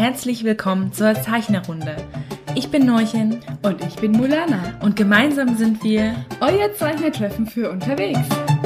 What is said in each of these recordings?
herzlich willkommen zur Zeichnerrunde. Ich bin Norchen und ich bin Mulana und gemeinsam sind wir euer Zeichnertreffen für unterwegs.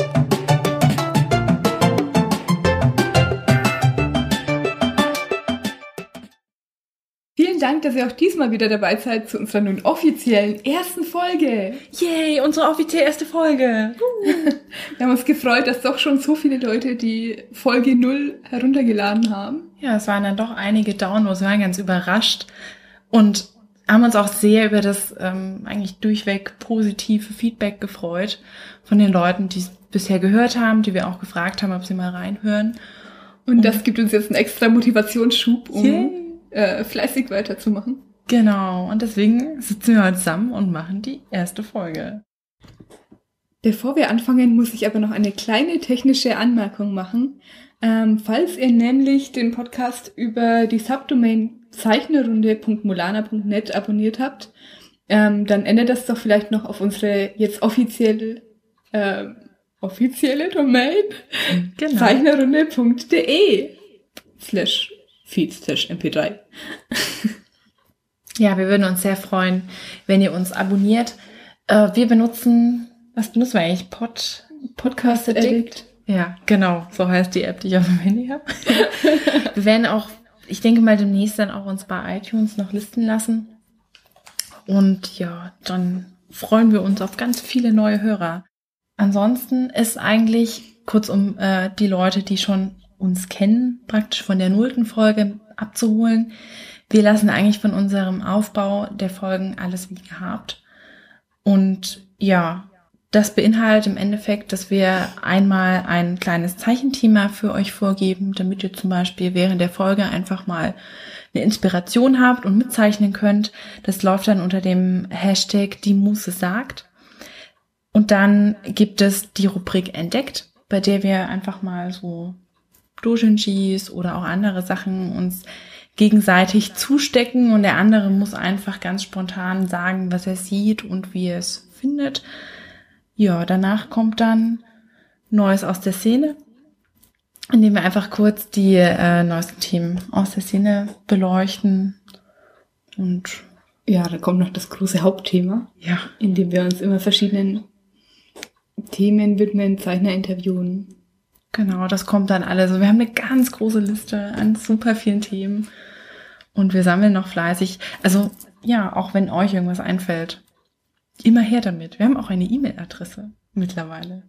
Vielen Dank, dass ihr auch diesmal wieder dabei seid zu unserer nun offiziellen ersten Folge. Yay, unsere offiziell erste Folge. Wir haben uns gefreut, dass doch schon so viele Leute die Folge 0 heruntergeladen haben. Ja, es waren dann doch einige Downloads, wir waren ganz überrascht und haben uns auch sehr über das eigentlich durchweg positive Feedback gefreut von den Leuten, die es bisher gehört haben, die wir auch gefragt haben, ob sie mal reinhören. Und das gibt uns jetzt einen extra Motivationsschub, um fleißig weiterzumachen. Genau, und deswegen sitzen wir heute zusammen und machen die erste Folge. Bevor wir anfangen, muss ich aber noch eine kleine technische Anmerkung machen. Falls ihr nämlich den Podcast über die Subdomain zeichnerrunde.mulana.net abonniert habt, dann ändert das doch vielleicht noch auf unsere jetzt offizielle Domain zeichnerrunde.de/feeds/mp3. Ja, wir würden uns sehr freuen, wenn ihr uns abonniert. Wir benutzen, was benutzen wir eigentlich? Podcast Addict? Ja, genau, so heißt die App, die ich auf dem Handy habe. Wir werden auch, ich denke mal, demnächst dann auch uns bei iTunes noch listen lassen. Und ja, dann freuen wir uns auf ganz viele neue Hörer. Ansonsten ist eigentlich, kurzum, die Leute, die schon uns kennen, praktisch von der 0. Folge abzuholen. Wir lassen eigentlich von unserem Aufbau der Folgen alles wie gehabt. Und ja, das beinhaltet im Endeffekt, dass wir einmal ein kleines Zeichenthema für euch vorgeben, damit ihr zum Beispiel während der Folge einfach mal eine Inspiration habt und mitzeichnen könnt. Das läuft dann unter dem Hashtag die Muse sagt. Und dann gibt es die Rubrik Entdeckt, bei der wir einfach mal so Doujinshis oder auch andere Sachen uns gegenseitig zustecken und der andere muss einfach ganz spontan sagen, was er sieht und wie er es findet. Ja, danach kommt dann Neues aus der Szene, indem wir einfach kurz die neuesten Themen aus der Szene beleuchten. Und ja, da kommt noch das große Hauptthema, in dem wir uns immer verschiedenen Themen widmen, Zeichner interviewen. Genau, das kommt dann alles. Also wir haben eine ganz große Liste an super vielen Themen und wir sammeln noch fleißig. Also ja, auch wenn euch irgendwas einfällt, immer her damit. Wir haben auch eine E-Mail-Adresse mittlerweile.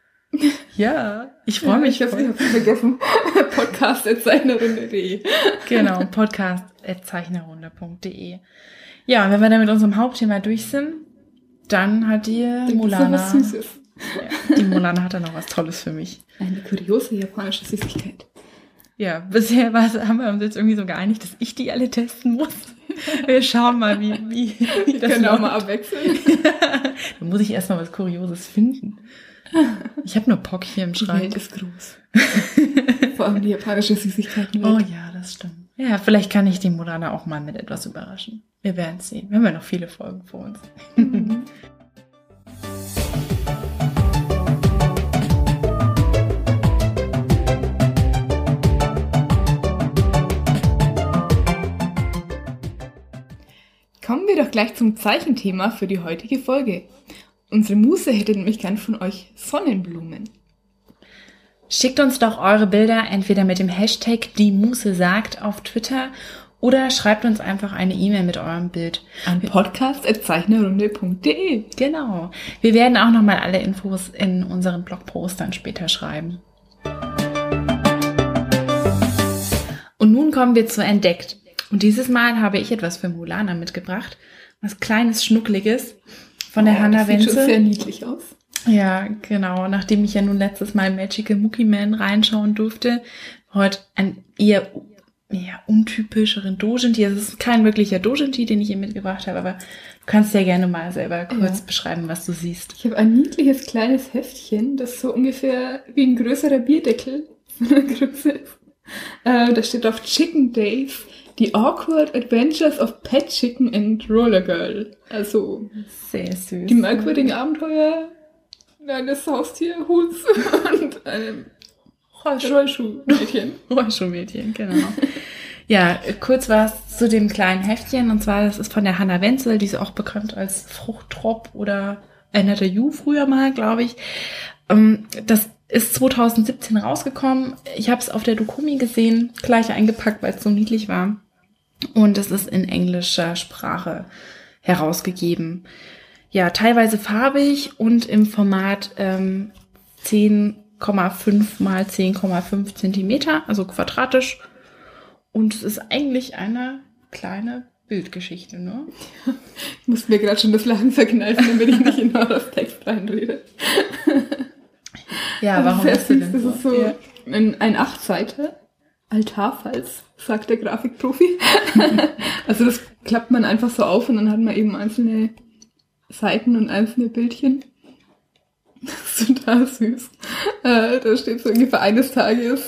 Ja, ich freue mich. Ich habe vergessen. podcast@zeichnerrunde.de. Genau, podcast@zeichnerrunde.de. Ja, und wenn wir dann mit unserem Hauptthema durch sind, dann hat die Mulana... was Süßes. Ja, die Mulana hat da noch was Tolles für mich. Eine kuriose japanische Süßigkeit. Ja, bisher haben wir uns jetzt irgendwie so geeinigt, dass ich die alle testen muss. Wir schauen mal, wie das können auch mal abwechseln. Da muss ich erstmal was Kurioses finden. Ich habe nur Pock hier im Schrank. Die Welt ist groß. Vor allem die japanische Süßigkeiten. Oh ja, das stimmt. Ja, vielleicht kann ich die Mulana auch mal mit etwas überraschen. Wir werden es sehen. Wir haben ja noch viele Folgen vor uns. Kommen wir doch gleich zum Zeichenthema für die heutige Folge. Unsere Muse hätte nämlich gern von euch Sonnenblumen. Schickt uns doch eure Bilder entweder mit dem Hashtag die Muse sagt auf Twitter oder schreibt uns einfach eine E-Mail mit eurem Bild. An podcast@zeichnerrunde.de. Genau. Wir werden auch nochmal alle Infos in unseren Blogpost dann später schreiben. Und nun kommen wir zu Entdeckt. Und dieses Mal habe ich etwas für Mulana mitgebracht. Was Kleines, Schnuckliges von der Hanna Wenzel. Sieht schon sehr niedlich aus. Ja, genau. Nachdem ich ja nun letztes Mal Magical Mookie Man reinschauen durfte, heute ein eher untypischeren Doujinshi. Es ist kein wirklicher Doujinshi, den ich hier mitgebracht habe, aber du kannst ja gerne mal selber kurz beschreiben, was du siehst. Ich habe ein niedliches kleines Heftchen, das so ungefähr wie ein größerer Bierdeckel von der Größe ist. Da steht drauf Chicken Days. The Awkward Adventures of Pet Chicken and Roller Girl. Also sehr süß. Die merkwürdigen Abenteuer eines Haustierhuhns und einem Rollschuhmädchen. Rollschuhmädchen, genau. Ja, kurz was zu dem kleinen Heftchen. Und zwar, das ist von der Hannah Wenzel, die ist auch bekannt als Fruchttrop oder Annette Ju früher mal, glaube ich. Das ist 2017 rausgekommen. Ich habe es auf der Dokumi gesehen, gleich eingepackt, weil es so niedlich war. Und es ist in englischer Sprache herausgegeben. Ja, teilweise farbig und im Format 10,5 mal 10,5 Zentimeter, also quadratisch. Und es ist eigentlich eine kleine Bildgeschichte, ne? Ich muss mir gerade schon das Lachen verkneifen, damit ich nicht in Noras Text reinrede. Ja, warum hast du denn das so? ist so ein 8-Seiter Altarfalz, sagt der Grafikprofi. Also das klappt man einfach so auf und dann hat man eben einzelne Seiten und einzelne Bildchen. Das ist total süß. Da steht so ungefähr eines Tages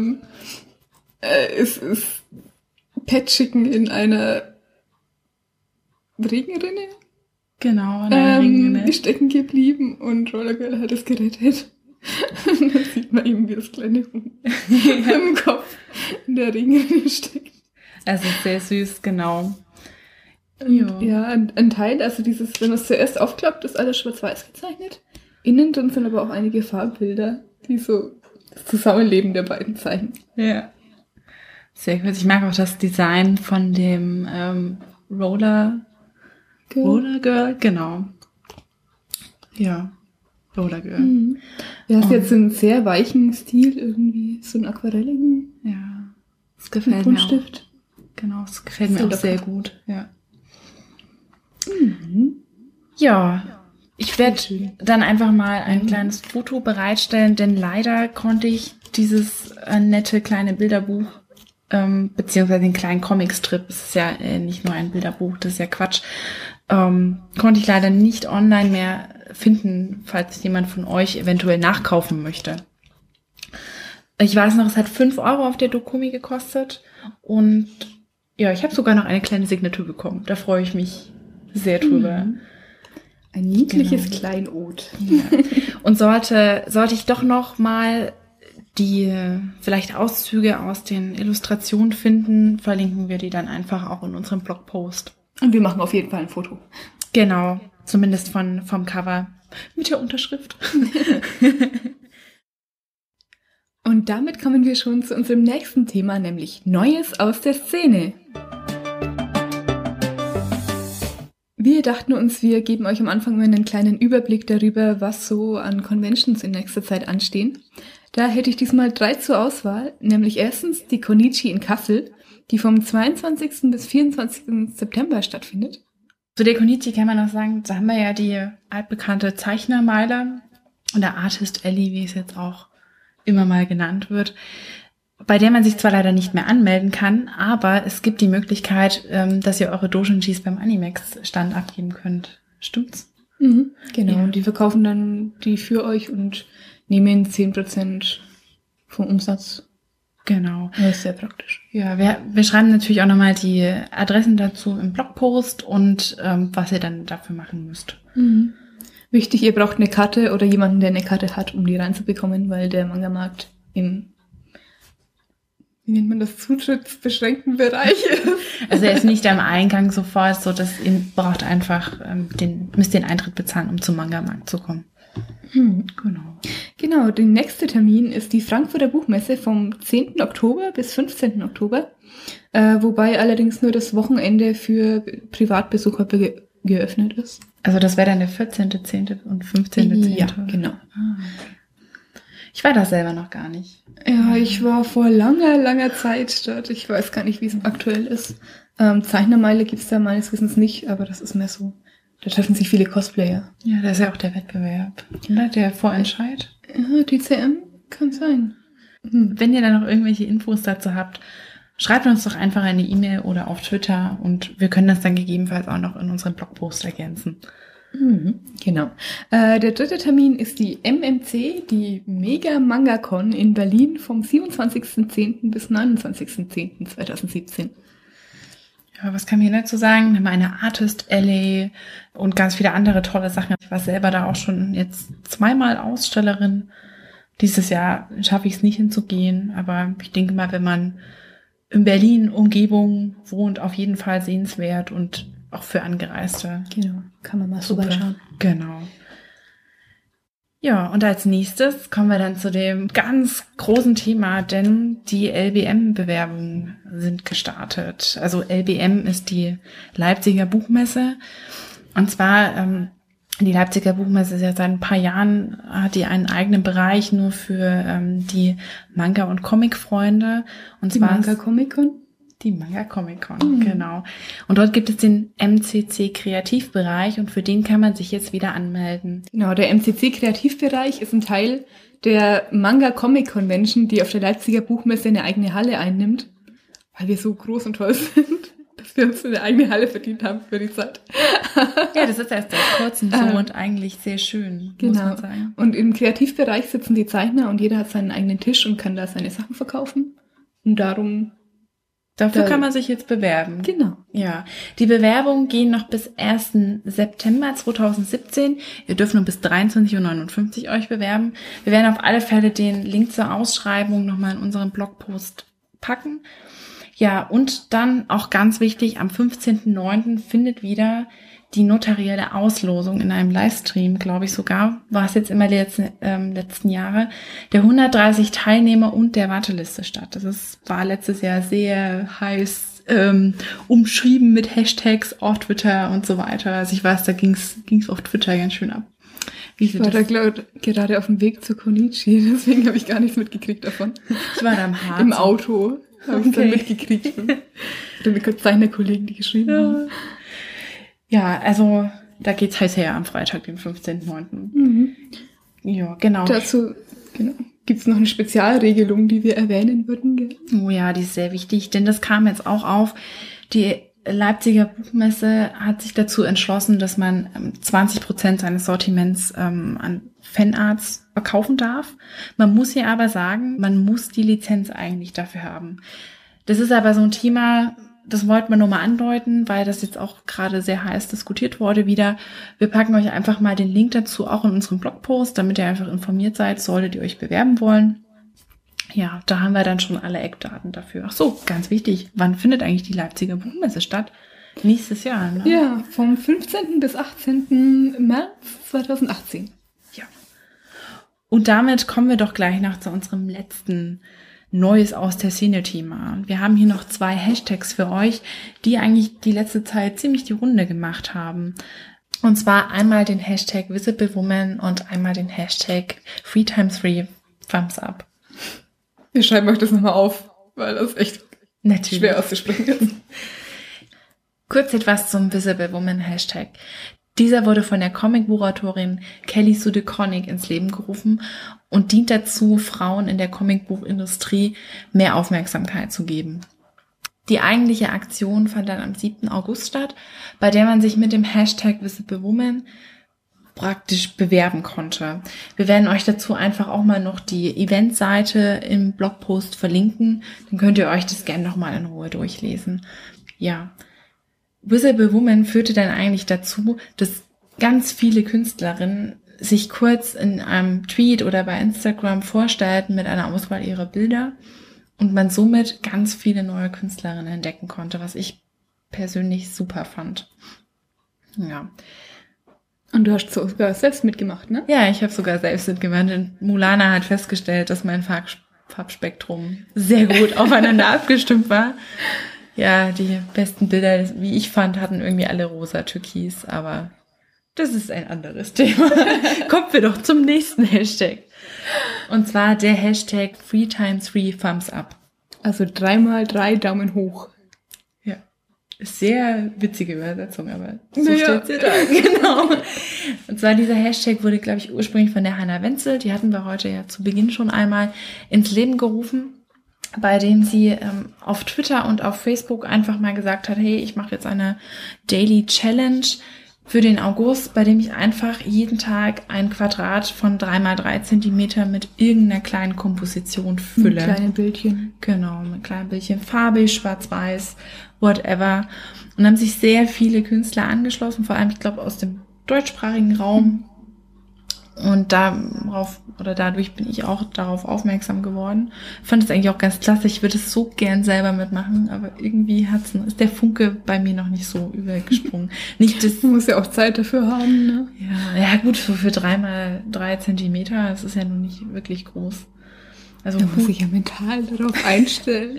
ist Pet Chicken in einer Regenrinne Genau, in einer Regenrinne. stecken geblieben und Roller Girl hat es gerettet. Und dann sieht man eben, wie das kleine Huhn im Kopf in der Regenrinne steckt. Also sehr süß, genau. Und ja, ein Teil, also dieses, wenn man es zuerst aufklappt, ist alles schwarz-weiß gezeichnet. Innen drin sind aber auch einige Farbbilder, die so das Zusammenleben der beiden zeichnen. Ja. Sehr gut. Ich mag auch das Design von dem Roller Girl, genau. Ja, Roller Girl. Mhm. Ja, ist jetzt einen sehr weichen Stil irgendwie, so einen aquarelligen Ja, das gefällt mir auch. Buntstift. Genau, das gefällt mir Sehr auch locker. sehr gut. Ja. Mhm. Ja, ich werde schön. dann einfach mal ein kleines Foto bereitstellen, denn leider konnte ich dieses nette kleine Bilderbuch, beziehungsweise den kleinen Comicstrip, es ist ja nicht nur ein Bilderbuch, das ist ja Quatsch, konnte ich leider nicht online mehr finden, falls jemand von euch eventuell nachkaufen möchte. Ich weiß noch, es hat 5 Euro auf der Dokumi gekostet und ja, ich habe sogar noch eine kleine Signatur bekommen. Da freue ich mich sehr drüber. Ein niedliches Genau. Kleinod. Ja. Und sollte ich doch noch mal die vielleicht Auszüge aus den Illustrationen finden, verlinken wir die dann einfach auch in unserem Blogpost. Und wir machen auf jeden Fall ein Foto. Genau, zumindest vom Cover mit der Unterschrift. Und damit kommen wir schon zu unserem nächsten Thema, nämlich Neues aus der Szene. Wir dachten uns, wir geben euch am Anfang mal einen kleinen Überblick darüber, was so an Conventions in nächster Zeit anstehen. Da hätte ich diesmal 3 zur Auswahl, nämlich erstens die Konichi in Kassel, die vom 22. bis 24. September stattfindet. Zu der Konichi kann man noch sagen, da haben wir ja die altbekannte Zeichnermeile oder Artist Alley, wie es jetzt auch immer mal genannt wird, bei der man sich zwar leider nicht mehr anmelden kann, aber es gibt die Möglichkeit, dass ihr eure Doujinshis beim Animex-Stand abgeben könnt. Stimmt's? Mhm, genau, Ja. und die verkaufen dann die für euch und nehmen 10% vom Umsatz. Genau. Das ist sehr praktisch. Ja, wir schreiben natürlich auch nochmal die Adressen dazu im Blogpost und was ihr dann dafür machen müsst. Mhm. Wichtig, ihr braucht eine Karte oder jemanden, der eine Karte hat, um die reinzubekommen, weil der Manga-Markt im, wie nennt man das, zutrittsbeschränkten Bereich ist. Also er ist nicht am Eingang sofort, so dass ihr braucht einfach müsst den Eintritt bezahlen, um zum Manga-Markt zu kommen. Genau. Genau, der nächste Termin ist die Frankfurter Buchmesse vom 10. Oktober bis 15. Oktober, wobei allerdings nur das Wochenende für Privatbesucher geöffnet ist. Also das wäre dann der 14.10. und 15.10. Ja, genau. Ah. Ich war da selber noch gar nicht. Ja, ich war vor langer Zeit dort. Ich weiß gar nicht, wie es aktuell ist. Zeichnermeile gibt's da meines Wissens nicht, aber das ist mehr so. Da treffen sich viele Cosplayer. Ja, da ist ja auch der Wettbewerb, oder? Der Vorentscheid. Ja, die CM kann sein. Wenn ihr dann noch irgendwelche Infos dazu habt, schreibt uns doch einfach eine E-Mail oder auf Twitter und wir können das dann gegebenenfalls auch noch in unserem Blogpost ergänzen. Mhm, genau. Der dritte Termin ist die MMC, die Mega Manga Con in Berlin vom 27.10. bis 29.10.2017. Ja, was kann man hier dazu sagen? Wir haben eine Artist Alley und ganz viele andere tolle Sachen. Ich war selber da auch schon jetzt 2-mal Ausstellerin. Dieses Jahr schaffe ich es nicht hinzugehen, aber ich denke mal, wenn man in Berlin Umgebung wohnt, auf jeden Fall sehenswert und auch für Angereiste. Genau, kann man mal vorbeischauen. Genau. Ja, und als nächstes kommen wir dann zu dem ganz großen Thema, denn die LBM-Bewerbungen sind gestartet. Also LBM ist die Leipziger Buchmesse. Und zwar, die Leipziger Buchmesse ist ja seit ein paar Jahren, hat die einen eigenen Bereich nur für die Manga- und Comic-Freunde. Und die zwar Manga-Comic-Con? Die Manga-Comic-Con, genau. Und dort gibt es den MCC-Kreativbereich und für den kann man sich jetzt wieder anmelden. Genau, der MCC-Kreativbereich ist ein Teil der Manga-Comic-Convention, die auf der Leipziger Buchmesse eine eigene Halle einnimmt, weil wir so groß und toll sind, dass wir uns eine eigene Halle verdient haben für die Zeit. Ja, das ist erst seit kurzem so und eigentlich sehr schön, genau. Muss man sagen. Und im Kreativbereich sitzen die Zeichner und jeder hat seinen eigenen Tisch und kann da seine Sachen verkaufen. Und Dafür kann man sich jetzt bewerben. Genau. Ja, die Bewerbungen gehen noch bis 1. September 2017. Ihr dürft nur bis 23:59 Uhr euch bewerben. Wir werden auf alle Fälle den Link zur Ausschreibung nochmal in unseren Blogpost packen. Ja, und dann auch ganz wichtig, am 15.09. findet wieder die notarielle Auslosung in einem Livestream, glaube ich sogar, war es jetzt immer die letzten Jahre, der 130 Teilnehmer und der Warteliste statt. War letztes Jahr sehr heiß umschrieben mit Hashtags auf Twitter und so weiter. Also ich weiß, da ging's auf Twitter ganz schön ab. Ich war da gerade auf dem Weg zur Konichi, deswegen habe ich gar nichts mitgekriegt davon. Ich war da im Harz. Im Auto habe ich dann mitgekriegt. Mit Zeichnerkollegen, die geschrieben haben. Ja, also da geht's heiß her am Freitag, den 15.09. Mhm. Ja, genau. Dazu gibt's noch eine Spezialregelung, die wir erwähnen würden. Gell? Oh ja, die ist sehr wichtig, denn das kam jetzt auch auf. Die Leipziger Buchmesse hat sich dazu entschlossen, dass man 20% seines Sortiments an Fanarts verkaufen darf. Man muss hier aber sagen, man muss die Lizenz eigentlich dafür haben. Das ist aber so ein Thema, das wollten wir nur mal andeuten, weil das jetzt auch gerade sehr heiß diskutiert wurde wieder. Wir packen euch einfach mal den Link dazu auch in unserem Blogpost, damit ihr einfach informiert seid, solltet ihr euch bewerben wollen. Ja, da haben wir dann schon alle Eckdaten dafür. Ach so, ganz wichtig. Wann findet eigentlich die Leipziger Buchmesse statt? Nächstes Jahr, ne? Ja, vom 15. bis 18. März 2018. Ja. Und damit kommen wir doch gleich noch zu unserem letzten Neues aus der Szene-Thema. Wir haben hier noch 2 Hashtags für euch, die eigentlich die letzte Zeit ziemlich die Runde gemacht haben. Und zwar einmal den Hashtag Visible Woman und einmal den Hashtag Free Thumbs Up. Wir schreiben euch das nochmal auf, weil das echt schwer auszusprechen ist. Kurz etwas zum Visible Woman Hashtag. Dieser wurde von der Comicbuchautorin Kelly Sue DeConnick ins Leben gerufen und dient dazu, Frauen in der Comicbuchindustrie mehr Aufmerksamkeit zu geben. Die eigentliche Aktion fand dann am 7. August statt, bei der man sich mit dem Hashtag Visible Woman praktisch bewerben konnte. Wir werden euch dazu einfach auch mal noch die Eventseite im Blogpost verlinken. Dann könnt ihr euch das gerne nochmal in Ruhe durchlesen. Ja. Visible Woman führte dann eigentlich dazu, dass ganz viele Künstlerinnen sich kurz in einem Tweet oder bei Instagram vorstellten mit einer Auswahl ihrer Bilder und man somit ganz viele neue Künstlerinnen entdecken konnte, was ich persönlich super fand. Ja. Und du hast sogar selbst mitgemacht, ne? Ja, ich habe sogar selbst mitgemacht. Und Mulana hat festgestellt, dass mein Farbspektrum sehr gut aufeinander abgestimmt war. Ja, die besten Bilder, wie ich fand, hatten irgendwie alle rosa Türkis, aber das ist ein anderes Thema. Kommen wir doch zum nächsten Hashtag. Und zwar der Hashtag 3x3 Thumbs Up. Also 3x3 Daumen hoch. Ja. Sehr witzige Übersetzung, aber so steht's hier da. Genau. Und zwar dieser Hashtag wurde, glaube ich, ursprünglich von der Hannah Wenzel, die hatten wir heute ja zu Beginn schon einmal ins Leben gerufen, bei dem sie auf Twitter und auf Facebook einfach mal gesagt hat, hey, ich mache jetzt eine Daily Challenge für den August, bei dem ich einfach jeden Tag ein Quadrat von 3x3 Zentimeter mit irgendeiner kleinen Komposition fülle. Mit kleinen Bildchen. Genau, mit kleinen Bildchen, farbig, schwarz-weiß, whatever. Und haben sich sehr viele Künstler angeschlossen, vor allem, ich glaube, aus dem deutschsprachigen Raum. Und dadurch bin ich auch darauf aufmerksam geworden. Fand es eigentlich auch ganz klasse. Ich würde es so gern selber mitmachen, aber irgendwie ist der Funke bei mir noch nicht so übergesprungen. Du musst ja auch Zeit dafür haben, ne? Ja gut, so für 3x3 Zentimeter, das ist ja noch nicht wirklich groß. Also da muss ich ja mental darauf einstellen.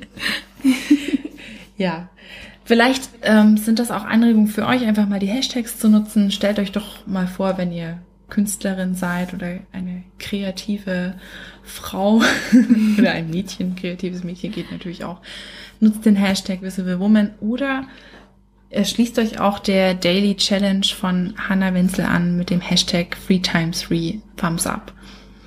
Ja. Vielleicht sind das auch Anregungen für euch, einfach mal die Hashtags zu nutzen. Stellt euch doch mal vor, wenn ihr Künstlerin seid oder eine kreative Frau oder ein Mädchen, kreatives Mädchen geht natürlich auch. Nutzt den Hashtag Visible Woman oder schließt euch auch der Daily Challenge von Hannah Wenzel an mit dem Hashtag 3x3 Thumbs Up.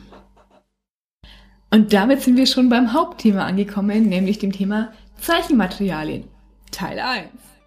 Und damit sind wir schon beim Hauptthema angekommen, nämlich dem Thema Zeichenmaterialien. Teil 1.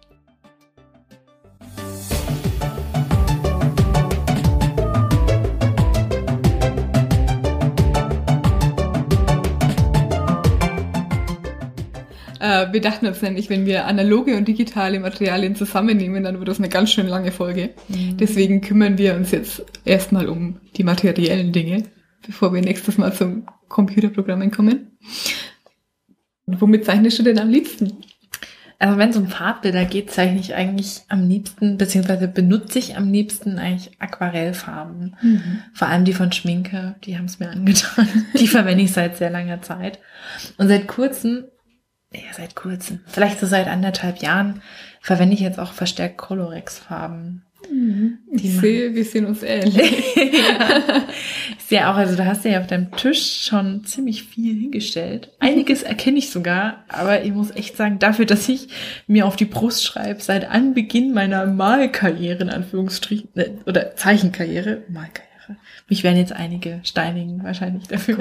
Wir dachten uns nämlich, wenn wir analoge und digitale Materialien zusammennehmen, dann wird das eine ganz schön lange Folge. Deswegen kümmern wir uns jetzt erstmal um die materiellen Dinge, bevor wir nächstes Mal zum Computerprogrammen kommen. Und womit zeichnest du denn am liebsten? Also wenn es um Farbbilder geht, zeichne ich eigentlich am liebsten, beziehungsweise benutze ich am liebsten eigentlich Aquarellfarben. Vor allem die von Schminke, die haben es mir angetan. Die verwende ich seit sehr langer Zeit. Und seit kurzem, vielleicht so seit 1,5 Jahren, verwende ich jetzt auch verstärkt Colorex-Farben. Wir sehen uns ähnlich. Ja. Ich sehe auch, also du hast ja auf deinem Tisch schon ziemlich viel hingestellt. Einiges erkenne ich sogar, aber ich muss echt sagen, dafür, dass ich mir auf die Brust schreibe, seit Anbeginn meiner Malkarriere, in Anführungsstrichen, oder Zeichenkarriere, Malkarriere. Mich werden jetzt einige steinigen wahrscheinlich dafür.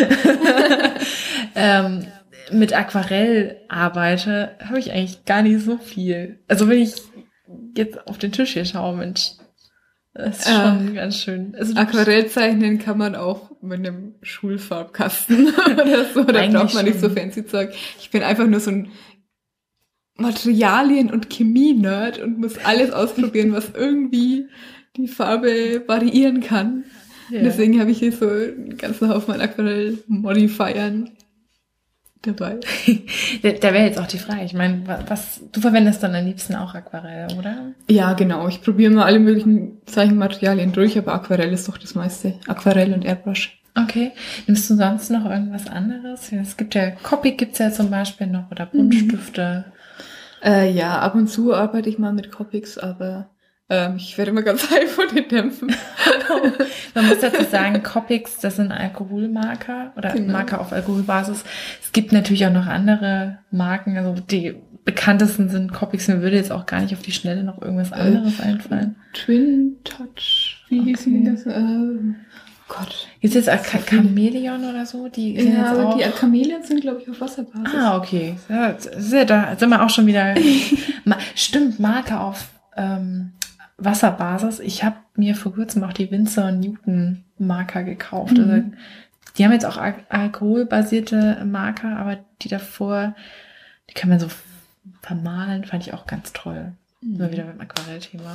Mit Aquarell arbeite, habe ich eigentlich gar nicht so viel. Also wenn ich jetzt auf den Tisch hier schaue, Mensch, das ist schon ganz schön. Also Aquarell zeichnen kann man auch mit einem Schulfarbkasten oder so. Da braucht man nicht so fancy Zeug. Ich bin einfach nur so ein Materialien- und Chemie-Nerd und muss alles ausprobieren, was irgendwie die Farbe variieren kann. Ja. Deswegen habe ich hier so einen ganzen Haufen an Aquarell-Modifiern dabei. Da wäre jetzt auch die Frage, ich meine, du verwendest dann am liebsten auch Aquarell, oder? Ja, genau. Ich probiere mal alle möglichen Zeichenmaterialien durch, aber Aquarell ist doch das meiste. Aquarell und Airbrush. Okay. Nimmst du sonst noch irgendwas anderes? Es gibt ja, Copic gibt's ja zum Beispiel noch, oder Buntstifte. Ja, ab und zu arbeite ich mal mit Copics, aber ich werde immer ganz high von den Dämpfen. Man muss dazu sagen, Copics, das sind Alkoholmarker oder Marker auf Alkoholbasis. Es gibt natürlich auch noch andere Marken, also die bekanntesten sind Copics. Mir würde jetzt auch gar nicht auf die Schnelle noch irgendwas anderes einfallen. Twin Touch, wie hießen die das? Gott. Ist jetzt Chamäleon oder so? Die sind ja, jetzt auch... die Chamäleon sind, glaube ich, auf Wasserbasis. Ah, okay. Ja, da sind wir auch schon wieder... Stimmt, Marker auf Wasserbasis. Ich habe mir vor kurzem auch die Winsor Newton Marker gekauft. Also, die haben jetzt auch alkoholbasierte Marker, aber die davor, die kann man so vermalen, fand ich auch ganz toll. Immer wieder beim Aquarellthema.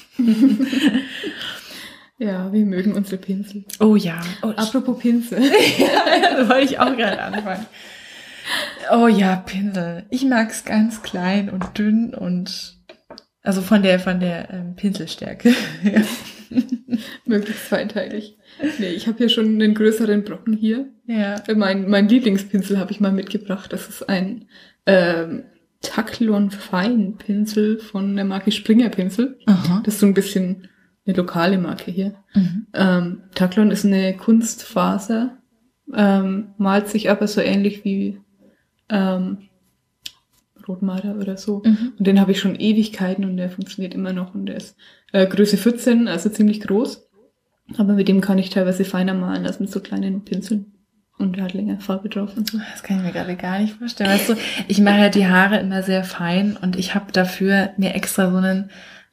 Ja, wir mögen unsere Pinsel. Oh ja. Apropos Pinsel. Ja, da wollte ich auch gerade anfangen. Oh ja, Pinsel. Ich mag's ganz klein und dünn und also von der Pinselstärke. Ja. Möglichst feinteilig. Nee, ich habe hier schon einen größeren Brocken hier. Ja. Mein Lieblingspinsel habe ich mal mitgebracht. Das ist ein Taklon Feinpinsel von der Marke Springer Pinsel. Aha. Das ist so ein bisschen eine lokale Marke hier. Taklon ist eine Kunstfaser, malt sich aber so ähnlich wie Rotmarder oder so. Und den habe ich schon Ewigkeiten und der funktioniert immer noch und der ist Größe 14, also ziemlich groß. Aber mit dem kann ich teilweise feiner malen als mit so kleinen Pinseln. Und der hat länger Farbe drauf und so. Das kann ich mir gerade gar nicht vorstellen. Weißt du, ich mache ja die Haare immer sehr fein und ich habe dafür mir extra so einen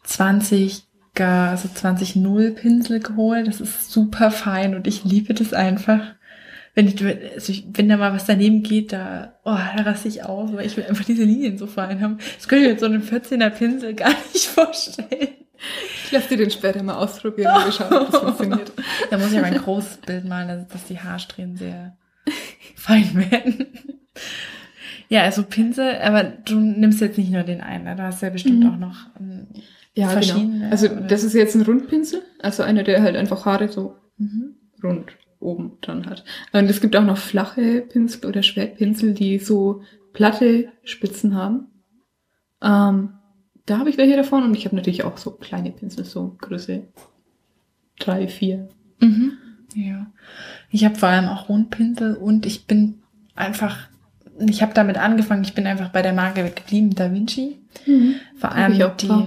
20-0 Pinsel geholt. Das ist super fein und ich liebe das einfach. Wenn da mal was daneben geht, da raste ich aus, weil ich will einfach diese Linien so fein haben. Das könnte ich mit so einem 14er Pinsel gar nicht vorstellen. Ich lasse dir den später mal ausprobieren und wir schauen, ob das funktioniert. Da muss ich aber ein großes Bild malen, dass die Haarsträhnen sehr fein werden. Ja, also Pinsel, aber du nimmst jetzt nicht nur den einen, ne? Du hast ja bestimmt auch noch verschiedene. Genau. Also das ist jetzt ein Rundpinsel, also einer, der halt einfach Haare so rund oben dran hat. Und es gibt auch noch flache Pinsel oder Schwertpinsel, die so platte Spitzen haben. Da habe ich welche davon und ich habe natürlich auch so kleine Pinsel, so Größe 3, 4. Ja. Ich habe vor allem auch Rundpinsel und ich habe damit angefangen, ich bin einfach bei der Marke geblieben, Da Vinci. Vor allem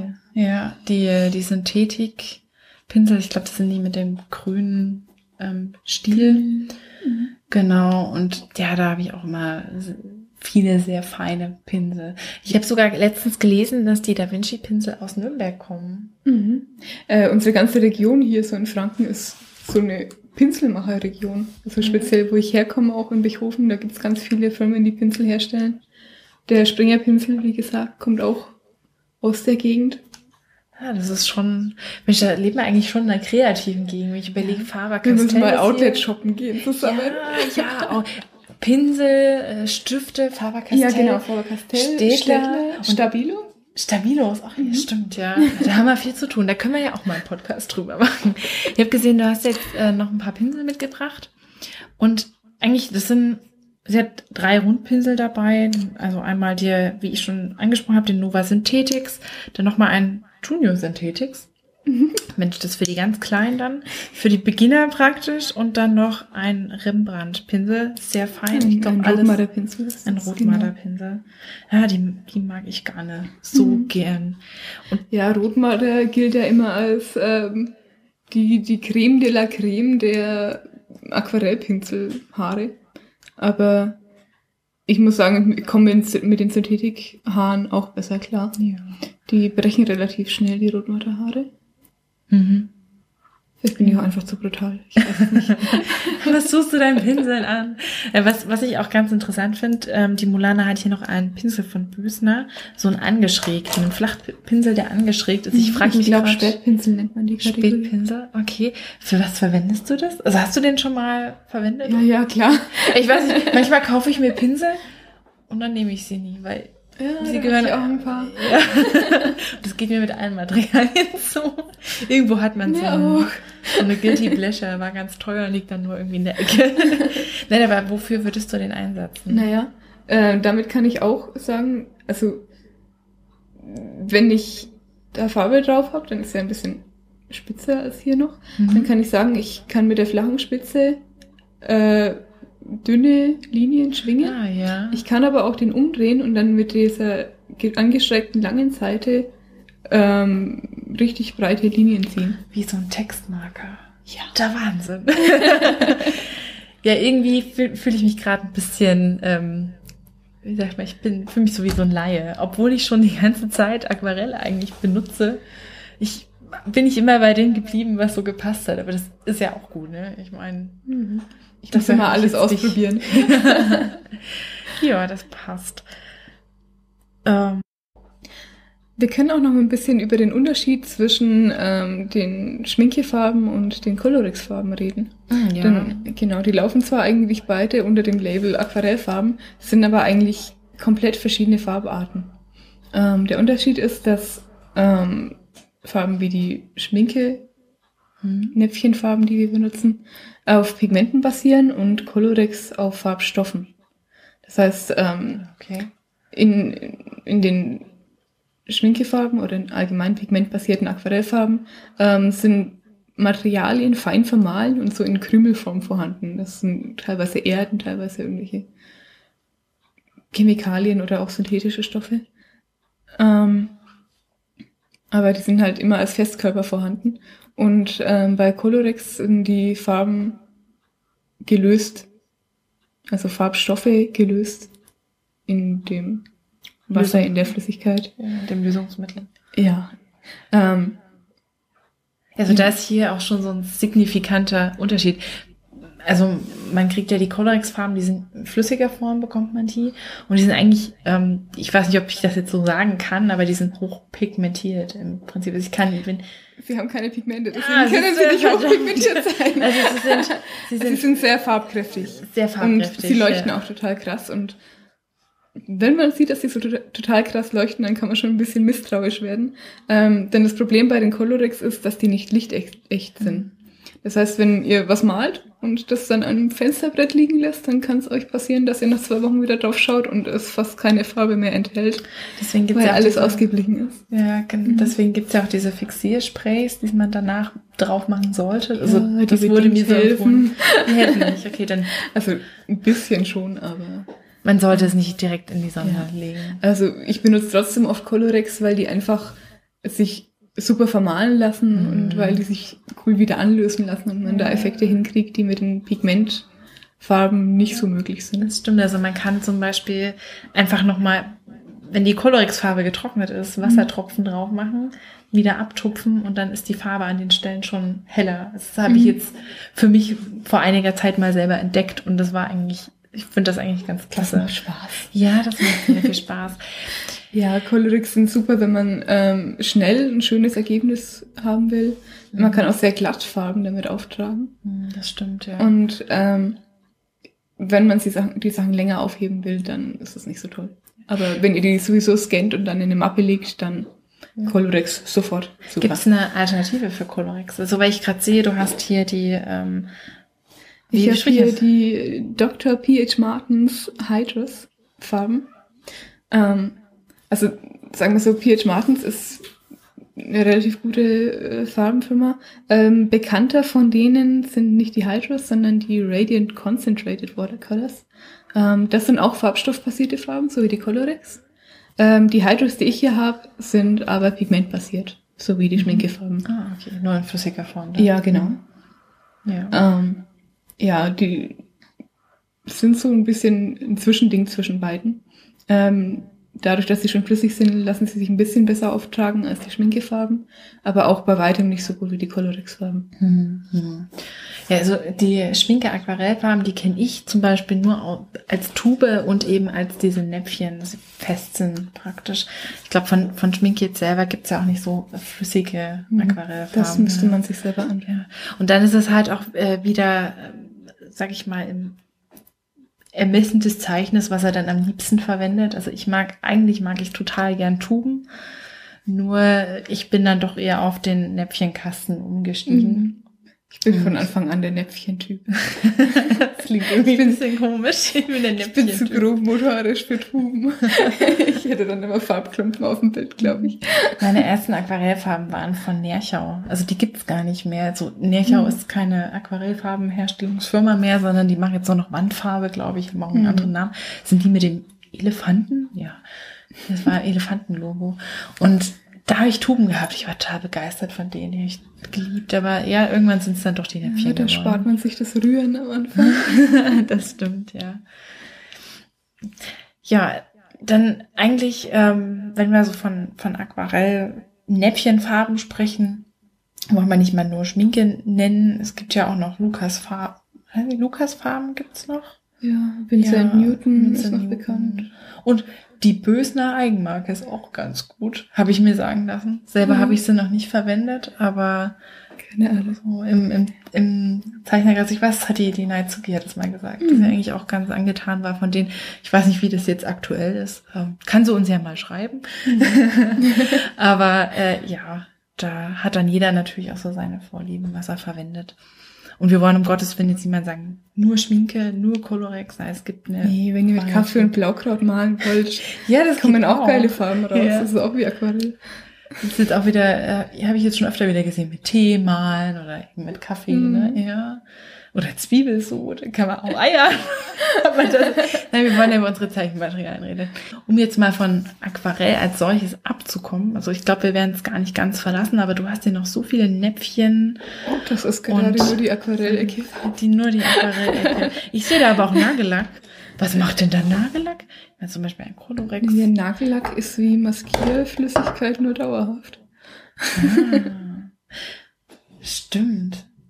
die Synthetikpinsel, ich glaube, das sind die mit dem grünen Stiel. Genau, und ja, da habe ich auch immer viele sehr feine Pinsel. Ich habe sogar letztens gelesen, dass die Da Vinci Pinsel aus Nürnberg kommen. Unsere ganze Region hier so in Franken ist so eine Pinselmacherregion. Also speziell, wo ich herkomme, auch in Bichhofen, da gibt es ganz viele Firmen, die Pinsel herstellen. Der Springer-Pinsel, wie gesagt, kommt auch aus der Gegend. Ja, das ist schon, Mensch, da lebt man eigentlich schon in einer kreativen Gegend. Wenn ich überlege, Faber-Castell. Wir müssen mal Outlet shoppen gehen zusammen. Ja, auch Pinsel, Stifte, Faber-Castell. Ja, genau, Faber-Castell, Staedtler, Stabilo. Stabilo ist auch hier, stimmt, ja. Da haben wir viel zu tun. Da können wir ja auch mal einen Podcast drüber machen. Ich habe gesehen, du hast jetzt noch ein paar Pinsel mitgebracht. Und eigentlich, sie hat 3 Rundpinsel dabei. Also einmal wie ich schon angesprochen habe, den Nova Synthetics. Dann nochmal ein Junior Synthetics. Mensch, das für die ganz Kleinen dann. Für die Beginner praktisch. Und dann noch ein Rembrandt-Pinsel. Sehr fein. Ich glaube, ein Rotmader-Pinsel. Ein Rotmader-Pinsel. Ja, die mag ich gar nicht so gern. Und ja, Rotmader gilt ja immer als die Creme de la Creme der Aquarellpinselhaare. Aber ich muss sagen, ich komme mit den Synthetikhaaren auch besser klar. Ja. Die brechen relativ schnell, die Rotmaderhaare. Vielleicht bin ich auch einfach zu brutal. Ich weiß es nicht. Was tust du deinen Pinseln an? Was ich auch ganz interessant finde, die Mulana hat hier noch einen Pinsel von Büßner, so einen angeschrägten, einen Flachpinsel, der angeschrägt ist. Ich frage mich, ich glaube, Spätpinsel nennt man die Kategorie. Spätpinsel, okay. Für was verwendest du das? Also hast du den schon mal verwendet? Ja, klar. Ich weiß nicht, manchmal kaufe ich mir Pinsel und dann nehme ich sie nie, weil sie gehören auch ein paar. Ja. Das geht mir mit allen Materialien so. Irgendwo hat man so eine Guilty Pleasure, war ganz teuer und liegt dann nur irgendwie in der Ecke. Nein, aber wofür würdest du den einsetzen? Naja, damit kann ich auch sagen, also wenn ich da Farbe drauf habe, dann ist er ein bisschen spitzer als hier noch. Dann kann ich sagen, ich kann mit der flachen Spitze dünne Linien schwingen. Ja. Ich kann aber auch den umdrehen und dann mit dieser angestreckten langen Seite richtig breite Linien ziehen. Wie so ein Textmarker. Ja. Der Wahnsinn. Ja, irgendwie fühle ich mich gerade ein bisschen, wie sag ich mal, fühle mich so wie so ein Laie. Obwohl ich schon die ganze Zeit Aquarelle eigentlich benutze, bin ich immer bei dem geblieben, was so gepasst hat. Aber das ist ja auch gut, ne? Ich meine, ich muss immer alles ausprobieren. Ja, das passt. Wir können auch noch ein bisschen über den Unterschied zwischen den Schminkefarben und den Colorex-Farben reden. Ja. Denn, genau, die laufen zwar eigentlich beide unter dem Label Aquarellfarben, sind aber eigentlich komplett verschiedene Farbarten. Der Unterschied ist, dass Farben wie die Schminke, Näpfchenfarben, die wir benutzen, auf Pigmenten basieren und Colorex auf Farbstoffen. Das heißt, in den Schminkefarben oder in allgemein pigmentbasierten Aquarellfarben sind Materialien fein vermahlen und so in Krümelform vorhanden. Das sind teilweise Erden, teilweise irgendwelche Chemikalien oder auch synthetische Stoffe. Aber die sind halt immer als Festkörper vorhanden. Und bei Colorex sind die Farben gelöst, also Farbstoffe gelöst in dem Wasser, in der Flüssigkeit. Ja, dem Lösungsmittel. Ja. Also da ist hier auch schon so ein signifikanter Unterschied. also man kriegt ja die Colorex-Farben, die sind in flüssiger Form, bekommt man die. Und die sind eigentlich, ich weiß nicht, ob ich das jetzt so sagen kann, aber die sind hochpigmentiert im Prinzip. Also wir haben keine Pigmente, deswegen können sie nicht hochpigmentiert sein. Also sie sind sehr farbkräftig. Sehr farbkräftig. Und sie leuchten auch total krass. Und wenn man sieht, dass sie so total krass leuchten, dann kann man schon ein bisschen misstrauisch werden. Denn das Problem bei den Colorex ist, dass die nicht lichtecht sind. Das heißt, wenn ihr was malt und das dann an einem Fensterbrett liegen lässt, dann kann es euch passieren, dass ihr nach 2 Wochen wieder drauf schaut und es fast keine Farbe mehr enthält, deswegen gibt's weil ja alles ausgeblichen ist. Ja, deswegen gibt's ja auch diese Fixiersprays, die man danach drauf machen sollte. Also ja, das wurde mir so empfohlen. Die helfen nicht, okay, dann. Also ein bisschen schon, aber... Man sollte es nicht direkt in die Sonne legen. Also ich benutze trotzdem oft Colorex, weil die einfach sich super vermahlen lassen und weil die sich cool wieder anlösen lassen und man da Effekte hinkriegt, die mit den Pigmentfarben nicht so möglich sind. Das stimmt, also man kann zum Beispiel einfach nochmal, wenn die Colorex-Farbe getrocknet ist, Wassertropfen drauf machen, wieder abtupfen und dann ist die Farbe an den Stellen schon heller. Das habe ich jetzt für mich vor einiger Zeit mal selber entdeckt und das war eigentlich, ich finde das eigentlich ganz klasse. Das macht Spaß. Ja, das macht sehr viel Spaß. Ja, Colorex sind super, wenn man schnell ein schönes Ergebnis haben will. Man kann auch sehr glatt Farben damit auftragen. Das stimmt, ja. Und wenn man die Sachen länger aufheben will, dann ist das nicht so toll. Aber wenn ihr die sowieso scannt und dann in eine Mappe legt, dann Colorex sofort. Super. Gibt es eine Alternative für Colorex? Also, weil ich gerade sehe, du hast hier die... ich habe hier die Dr. P.H. Martens Hydrus Farben. Also sagen wir so, P.H. Martens ist eine relativ gute Farbenfirma. Bekannter von denen sind nicht die Hydrus, sondern die Radiant Concentrated Watercolors. Das sind auch farbstoffbasierte Farben, so wie die Colorex. Die Hydrus, die ich hier habe, sind aber pigmentbasiert, so wie die Schminkefarben. Ah, okay. Nur in flüssiger Form. Dann. Ja, genau. Ja. Ja, die sind so ein bisschen ein Zwischending zwischen beiden. Dadurch, dass sie schon flüssig sind, lassen sie sich ein bisschen besser auftragen als die Schminkefarben, aber auch bei weitem nicht so gut wie die Colorex-Farben. Ja, also die Schminke-Aquarellfarben, die kenne ich zum Beispiel nur als Tube und eben als diese Näpfchen, dass sie fest sind praktisch. Ich glaube, von Schminke jetzt selber gibt's ja auch nicht so flüssige Aquarellfarben. Das müsste man sich selber anschauen. Ja. Und dann ist es halt auch wieder, sag ich mal, im Ermessen des Zeichnes, was er dann am liebsten verwendet. Also eigentlich mag ich total gern Tuben, nur ich bin dann doch eher auf den Näpfchenkasten umgestiegen. Ich bin von Anfang an der Näpfchentyp. Das klingt irgendwie ein bisschen komisch. Ich bin zu grob motorisch für Tuben. Ich hätte dann immer Farbklumpen auf dem Bild, glaube ich. Meine ersten Aquarellfarben waren von Nerchau. Also die gibt's gar nicht mehr. Also Nerchau ist keine Aquarellfarbenherstellungsfirma mehr, sondern die machen jetzt nur noch Wandfarbe, glaube ich, haben auch einen anderen Namen. Sind die mit dem Elefanten? Ja, das war ein Elefantenlogo. Und da habe ich Tuben gehabt. Ich war total begeistert von denen. Die habe ich geliebt. Aber ja, irgendwann sind es dann doch die Näpfchen geworden. Da spart man sich das Rühren am Anfang. Das stimmt, ja. Ja, dann eigentlich, wenn wir so von Aquarell-Näpfchenfarben sprechen, wollen wir nicht mal nur Schminke nennen. Es gibt ja auch noch Lucas-Farben. Lucas-Farben gibt's noch? Ja, Vincent Newton ist noch bekannt. Und die Bösner Eigenmarke ist auch ganz gut, habe ich mir sagen lassen. Selber habe ich sie noch nicht verwendet, aber keine Ahnung. So im Zeichnerkreis, ich weiß, hat die Naizuki hat das mal gesagt, dass sie eigentlich auch ganz angetan war von denen. Ich weiß nicht, wie das jetzt aktuell ist. Kann sie uns ja mal schreiben. Aber ja, da hat dann jeder natürlich auch so seine Vorlieben, was er verwendet. Und wir wollen um Gottes Willen jetzt niemand sagen, nur Schminke, nur Colorex. Es gibt eine... Nee, wenn ihr mit Kaffee und Blaukraut malen wollt, ja, das kommen auch geile Farben raus. Ja. Das ist auch wie Aquarell. Das ist jetzt auch wieder, habe ich jetzt schon öfter wieder gesehen, mit Tee malen oder mit Kaffee, ne? Ja. Oder Zwiebelsud, kann man auch Eier. Aber nein, wir wollen ja über unsere Zeichenmaterialien reden. Um jetzt mal von Aquarell als solches abzukommen, also ich glaube, wir werden es gar nicht ganz verlassen, aber du hast ja noch so viele Näpfchen. Oh, das ist gerade nur die Aquarellecke. Nur die Aquarellecke. Ich sehe da aber auch Nagellack. Was macht denn da Nagellack? Ja, zum Beispiel ein Colorex. Ja, Nagellack ist wie Maskierflüssigkeit, nur dauerhaft. Ah, stimmt.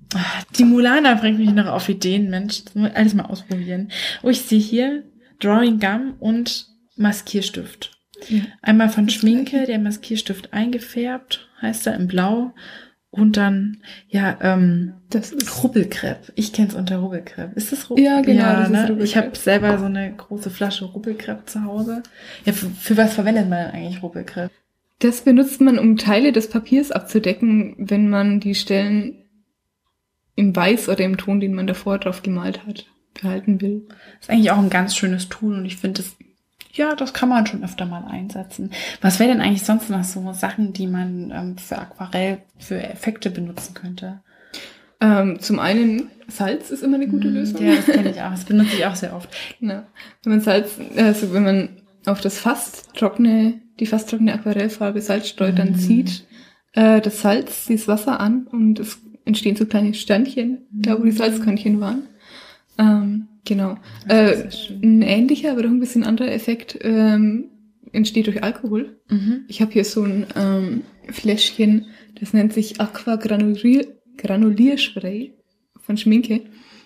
Die Mulana bringt mich noch auf Ideen, Mensch. Das muss ich alles mal ausprobieren. Oh, ich sehe hier Drawing Gum und Maskierstift. Ja. Einmal von Schminke, der Maskierstift eingefärbt, heißt er in Blau. Und dann, Das ist Rubbelkrepp. Ich kenne es unter Rubbelkrepp. Ist das Ja, genau, das ist ne? Rubbelkrepp. Ich habe selber so eine große Flasche Rubbelkrepp zu Hause. Ja, für was verwendet man eigentlich Rubbelkrepp? Das benutzt man, um Teile des Papiers abzudecken, wenn man die Stellen im Weiß oder im Ton, den man davor drauf gemalt hat, behalten will. Ist eigentlich auch ein ganz schönes Tool und ich finde das kann man schon öfter mal einsetzen. Was wäre denn eigentlich sonst noch so Sachen, die man für Aquarell, für Effekte benutzen könnte? Zum einen, Salz ist immer eine gute Lösung. Ja, das kenne ich auch. Das benutze ich auch sehr oft. Genau. Wenn man auf die fast trockene Aquarellfarbe Salz streut, dann zieht das Salz dieses Wasser an und es entstehen so kleine Sternchen, da wo die Salzkörnchen waren. Genau. Ein ähnlicher, aber doch ein bisschen anderer Effekt entsteht durch Alkohol. Ich habe hier so ein Fläschchen, das nennt sich Granulierspray von Schminke.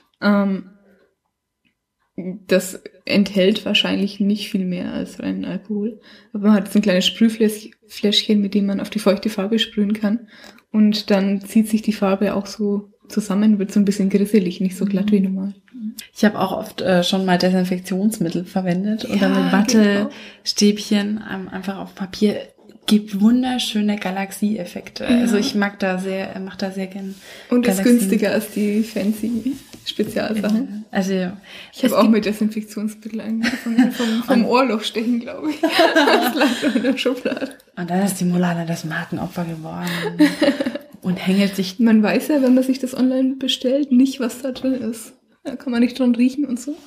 Das enthält wahrscheinlich nicht viel mehr als reinen Alkohol. Aber man hat so ein kleines Sprühfläschchen, mit dem man auf die feuchte Farbe sprühen kann. Und dann zieht sich die Farbe auch so zusammen, wird so ein bisschen grisselig, nicht so glatt wie normal. Ich habe auch oft schon mal Desinfektionsmittel verwendet und dann mit Wattestäbchen einfach auf Papier. Gibt wunderschöne Galaxie-Effekte. Ja. Also ich mache da sehr gern. Und ist günstiger als die fancy Spezialsachen. Also ich habe auch mit Desinfektionsmittel angefangen, vom Ohrloch stechen, glaube ich. Das lag in der Schublade. Und dann ist die Mulana das Markenopfer geworden. Und hängelt sich. Man weiß ja, wenn man sich das online bestellt, nicht, was da drin ist. Da kann man nicht dran riechen und so.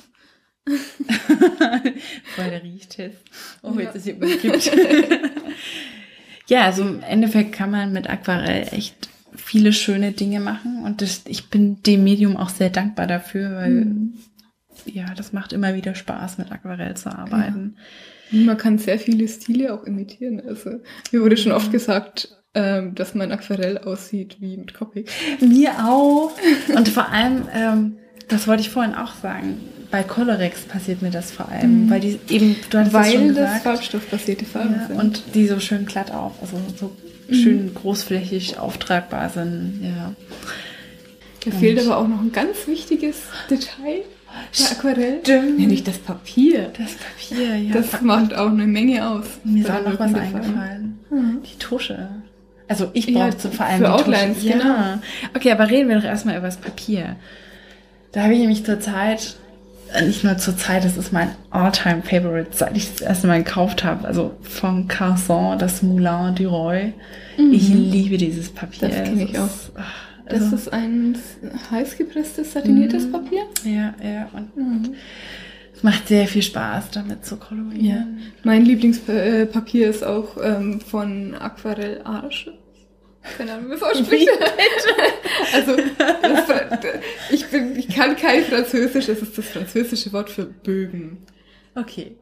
Voll der Riechtest. Oh, jetzt ist hier umgekippt. Ja, also im Endeffekt kann man mit Aquarell echt viele schöne Dinge machen und ich bin dem Medium auch sehr dankbar dafür, weil das macht immer wieder Spaß, mit Aquarell zu arbeiten. Ja. Man kann sehr viele Stile auch imitieren. Also mir wurde schon oft gesagt, dass mein Aquarell aussieht wie mit Copic. Mir auch. Und vor allem, das wollte ich vorhin auch sagen, bei Colorex passiert mir das vor allem, weil die eben, du hattest das schon gesagt, das farbstoffbasierte Farben sind. Und die so schön glatt also so schön großflächig auftragbar sind. Ja. Da fehlt aber auch noch ein ganz wichtiges Detail bei Aquarell. Nämlich das Papier. Das Papier, ja. Das macht auch eine Menge aus. Mir ist auch noch was eingefallen. Die Tusche. Also ich brauche vor allem für die Outlines, Tusche. genau. Ja. Okay, aber reden wir doch erstmal über das Papier. Da habe ich nämlich nicht nur zur Zeit, das ist mein All-Time-Favorite, seit ich das erste Mal gekauft habe. Also von Carson, das Moulin du Roy. Ich liebe dieses Papier. Das kenne ich auch. Das ist ein heißgepresstes, satiniertes Papier? Ja. Und es macht sehr viel Spaß, damit zu kolorieren. Ja. Mein Lieblingspapier ist auch von Aquarell Arche. Keine Ahnung, wie es ausspricht. Also, ich kann kein Französisch, das ist das französische Wort für Bögen. Okay.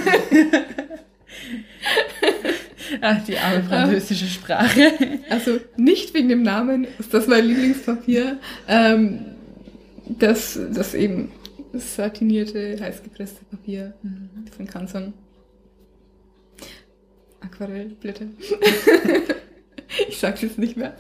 Ach, die arme französische Sprache. Also, nicht wegen dem Namen ist das mein Lieblingspapier. Das eben das satinierte, heißgepresste Papier von Canson. Aquarellblätter. Ich sag's jetzt nicht mehr.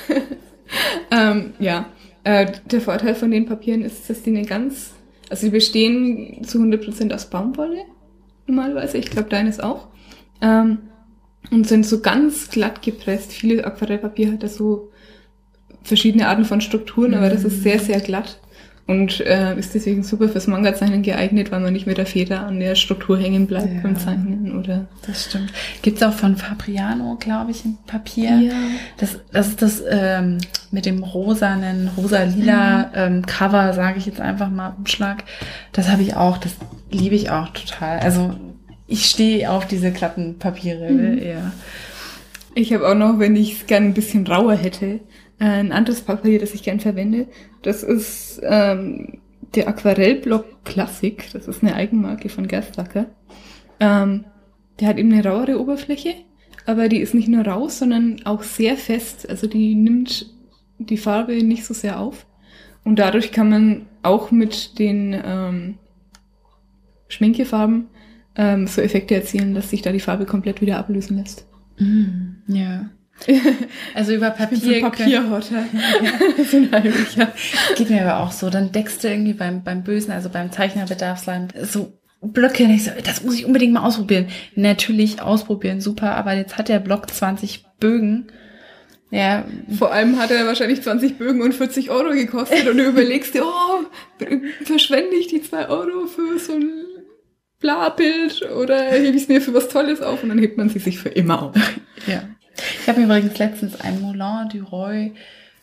Der Vorteil von den Papieren ist, dass die die bestehen zu 100% aus Baumwolle, normalerweise. Ich glaube, deines auch. Und sind so ganz glatt gepresst. Viele Aquarellpapier hat da so verschiedene Arten von Strukturen, aber das ist sehr, sehr glatt. Und ist deswegen super fürs Manga-Zeichnen geeignet, weil man nicht mit der Feder an der Struktur hängen bleibt beim Zeichnen, oder? Das stimmt. Gibt's auch von Fabriano, glaube ich, ein Papier. Ja. Das ist das mit dem rosa-lila Cover, sage ich jetzt einfach mal, Umschlag. Das habe ich auch, das liebe ich auch total. Also ich stehe auf diese glatten Papiere. Ja. Ich habe auch noch, wenn ich es gerne ein bisschen rauer hätte, ein anderes Papier, das ich gern verwende. Das ist der Aquarellblock Classic. Das ist eine Eigenmarke von Gerstacker. Der hat eben eine rauere Oberfläche, aber die ist nicht nur rau, sondern auch sehr fest. Also die nimmt die Farbe nicht so sehr auf. Und dadurch kann man auch mit den Schminkefarben so Effekte erzielen, dass sich da die Farbe komplett wieder ablösen lässt. Ja. Also über Papier. So Papierhotter. So ein Heimlicher. Geht mir aber auch so. Dann deckst du irgendwie beim Bösen, also beim Zeichnerbedarfslein, so Blöcke. Ich so, das muss ich unbedingt mal ausprobieren. Natürlich ausprobieren, super. Aber jetzt hat der Block 20 Bögen. Ja. Vor allem hat er wahrscheinlich 20 Bögen und 40 Euro gekostet und du überlegst dir, verschwende ich die 2 Euro für so ein Bla-Bild oder hebe ich es mir für was Tolles auf und dann hebt man sie sich für immer auf. Ja. Ich habe mir übrigens letztens einen Moulin du Roy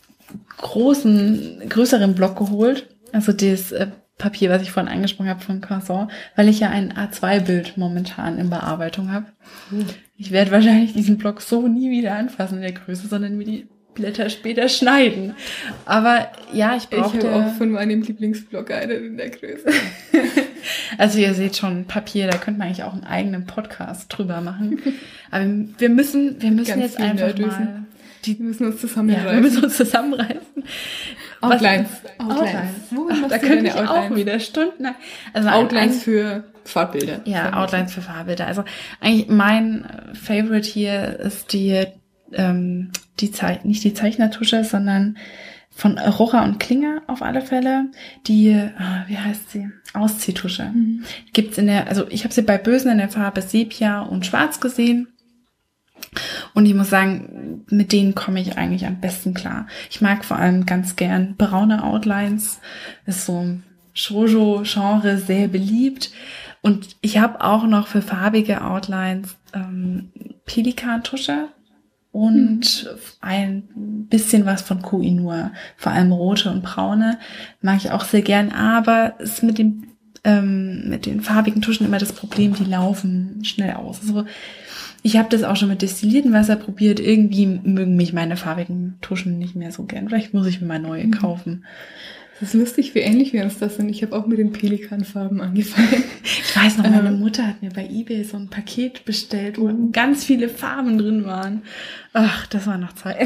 größeren Block geholt. Also das Papier, was ich vorhin angesprochen habe von Croissant, weil ich ja ein A2-Bild momentan in Bearbeitung habe. Ich werde wahrscheinlich diesen Block so nie wieder anfassen in der Größe, sondern mir die Blätter später schneiden. Aber ja, ich brauchte... Ich habe auch von meinem Lieblingsblock einen in der Größe. Also ihr seht schon, Papier, da könnte man eigentlich auch einen eigenen Podcast drüber machen. Aber wir müssen jetzt einfach mal... Wir müssen uns zusammenreißen. Ja, wir müssen uns zusammenreißen. Outlines. Da könnte ich auch wieder stundenlang. Also Outlines für Farbbilder. Ja, Outlines für Farbbilder. Also eigentlich mein Favorite hier ist nicht die Zeichnertusche, sondern von Rocha und Klinger auf alle Fälle. Die, wie heißt sie? Ausziehtusche. Gibt's ich habe sie bei Bösen in der Farbe Sepia und Schwarz gesehen. Und ich muss sagen, mit denen komme ich eigentlich am besten klar. Ich mag vor allem ganz gern braune Outlines. Ist so ein Shoujo-Genre sehr beliebt. Und ich habe auch noch für farbige Outlines Pelikan-Tusche und ein bisschen was von Koh-i-Noor. Vor allem rote und braune mag ich auch sehr gern. Aber es ist mit den farbigen Tuschen immer das Problem, die laufen schnell aus. Also, ich habe das auch schon mit destilliertem Wasser probiert. Irgendwie mögen mich meine farbigen Tuschen nicht mehr so gern. Vielleicht muss ich mir mal neue kaufen. Das ist lustig, wie ähnlich wir uns das sind. Ich habe auch mit den Pelikanfarben angefangen. Ich weiß noch, meine Mutter hat mir bei eBay so ein Paket bestellt, wo ganz viele Farben drin waren. Ach, das war noch Zeit.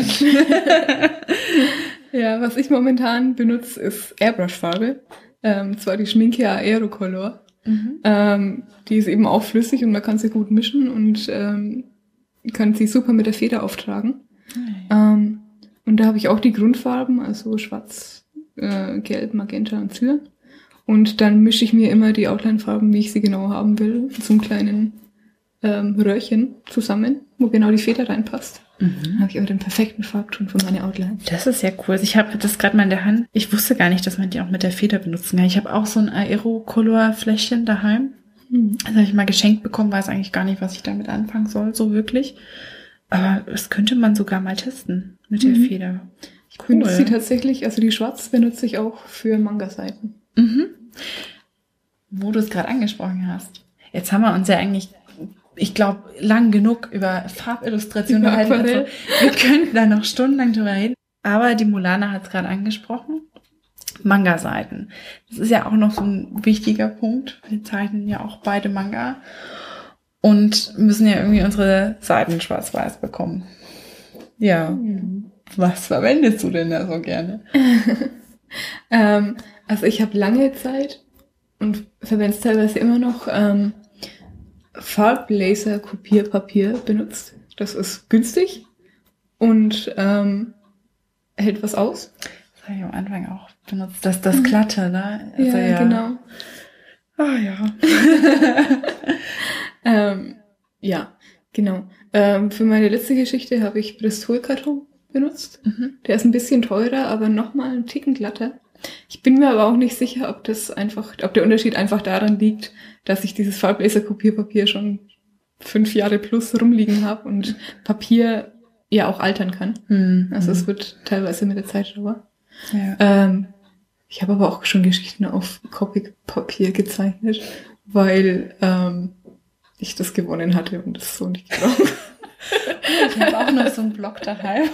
Ja, was ich momentan benutze, ist Airbrush-Farbe. Zwar die Schminke Aerocolor. Die ist eben auch flüssig und man kann sie gut mischen und kann sie super mit der Feder auftragen. Und da habe ich auch die Grundfarben, also schwarz, gelb, magenta und Cyan. Und dann mische ich mir immer die Outline-Farben, wie ich sie genau haben will, in so einem kleinen Röhrchen zusammen, wo genau die Feder reinpasst. Dann habe ich aber den perfekten Farbton für meine Outline. Das ist ja cool. Ich habe das gerade mal in der Hand. Ich wusste gar nicht, dass man die auch mit der Feder benutzen kann. Ich habe auch so ein Aerocolor-Fläschchen daheim. Das habe ich mal geschenkt bekommen, weiß eigentlich gar nicht, was ich damit anfangen soll, so wirklich. Aber das könnte man sogar mal testen mit der Feder. Ich benutze sie tatsächlich, also die schwarz benutze ich auch für Manga-Seiten. Wo du es gerade angesprochen hast. Jetzt haben wir uns ja eigentlich, ich glaube, lang genug über Farbillustration gehalten. Also, wir könnten da noch stundenlang drüber reden. Aber die Mulana hat es gerade angesprochen. Manga-Seiten. Das ist ja auch noch so ein wichtiger Punkt. Wir zeichnen ja auch beide Manga und müssen ja irgendwie unsere Seiten schwarz-weiß bekommen. Ja. Was verwendest du denn da so gerne? Also ich habe lange Zeit und verwende es teilweise immer noch Farblaser-Kopierpapier benutzt. Das ist günstig und hält was aus. Das habe ich am Anfang auch benutzt. Das Glatte, ne? Also, ja, genau. Ah ja. Ja, genau. Für meine letzte Geschichte habe ich Bristol-Karton benutzt. Der ist ein bisschen teurer, aber nochmal einen Ticken glatter. Ich bin mir aber auch nicht sicher, ob der Unterschied einfach daran liegt, dass ich dieses Farblaser-Kopierpapier schon 5 Jahre plus rumliegen habe und Papier ja auch altern kann. Also es wird teilweise mit der Zeit dauern. Ja. Ich habe aber auch schon Geschichten auf Copic-Papier gezeichnet, weil ich das gewonnen hatte und das so nicht gebraucht. Ich habe auch noch so einen Block daheim.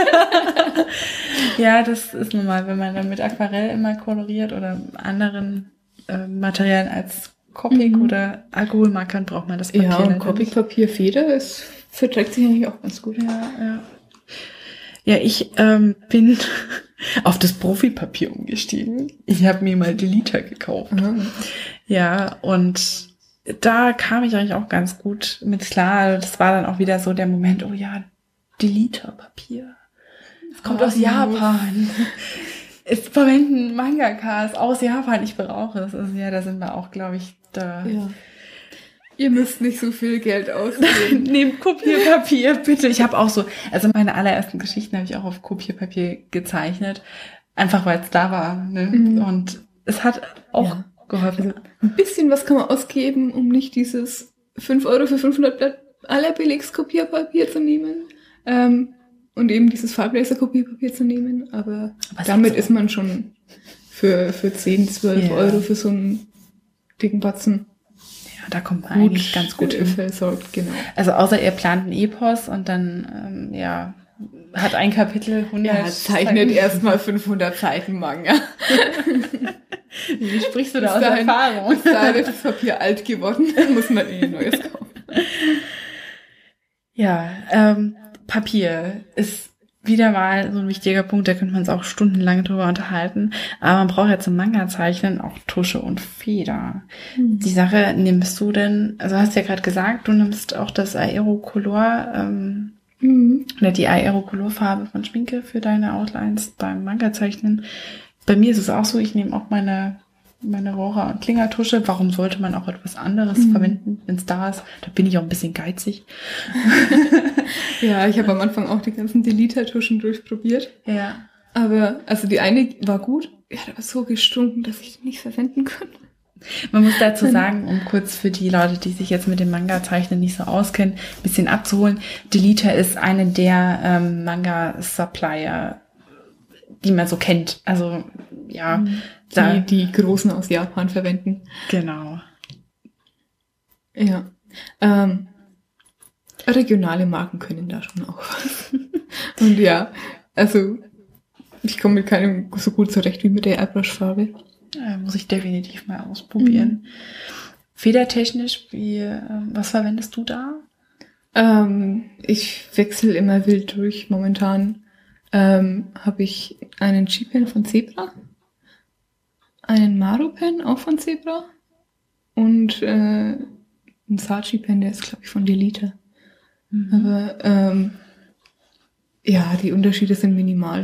Ja, das ist normal, wenn man dann mit Aquarell immer koloriert oder anderen Materialien als Copic oder Alkoholmarkern braucht man das Papier. Ja, und Copic-Papier-Feder verträgt sich eigentlich auch ganz gut. Ja. Ja, ich bin auf das Profipapier umgestiegen. Ich habe mir mal Deleter gekauft. Mhm. Ja, und da kam ich eigentlich auch ganz gut mit klar. Das war dann auch wieder so der Moment, oh ja, Deleter-Papier. Es kommt aus Japan. Es verwenden Mangakas aus Japan. Ich brauche es. Also ja, da sind wir auch, glaube ich, da. Ja. Ihr müsst nicht so viel Geld ausgeben. Nehmt Kopierpapier, bitte. Ich habe auch so, also meine allerersten Geschichten habe ich auch auf Kopierpapier gezeichnet. Einfach weil es da war. Ne? Mhm. Und es hat auch geholfen. Also ein bisschen was kann man ausgeben, um nicht dieses 5 Euro für 500 Blatt allerbilligst Kopierpapier zu nehmen. Und eben dieses Farblaser-Kopierpapier zu nehmen. Aber damit ist man schon für 10, 12 Euro für so einen dicken Batzen. Ja, da kommt man eigentlich ganz gut hin. Versorgt, genau. Also außer ihr plant ein Epos und dann, hat ein Kapitel 100 Ja, zeichnet erstmal 500 Seiten Manga. Wie sprichst du da aus Erfahrung? Ist da das Papier alt geworden, dann muss man ein neues kaufen. Ja, Papier ist wieder mal so ein wichtiger Punkt, da könnte man uns auch stundenlang drüber unterhalten. Aber man braucht ja zum Manga-Zeichnen auch Tusche und Feder. Mhm. Die Sache, nimmst du denn, also hast du ja gerade gesagt, du nimmst auch das Aerocolor, oder die Aerocolor-Farbe von Schminke für deine Outlines beim Manga-Zeichnen. Bei mir ist es auch so, ich nehme auch meine Rora- und Klingertusche. Warum sollte man auch etwas anderes verwenden, wenn es da ist? Da bin ich auch ein bisschen geizig. Ja, ich habe am Anfang auch die ganzen Deleter-Tuschen durchprobiert. Ja. Aber, also die eine war gut, die hat aber so gestunken, dass ich die nicht verwenden konnte. Man muss dazu sagen, um kurz für die Leute, die sich jetzt mit dem Manga-Zeichnen nicht so auskennen, ein bisschen abzuholen. Deleter ist eine der Manga-Supplier, die man so kennt. Also, ja. Die Großen aus Japan verwenden. Genau. Ja. Regionale Marken können da schon auch was. Und ja, also ich komme mit keinem so gut zurecht wie mit der Airbrush-Farbe. Muss ich definitiv mal ausprobieren. Federtechnisch, was verwendest du da? Ich wechsle immer wild durch. Momentan habe ich einen G-Pen von Zebra, einen Maru-Pen auch von Zebra und einen Sachi-Pen, der ist, glaube ich, von Deleter. Aber ja, die Unterschiede sind minimal.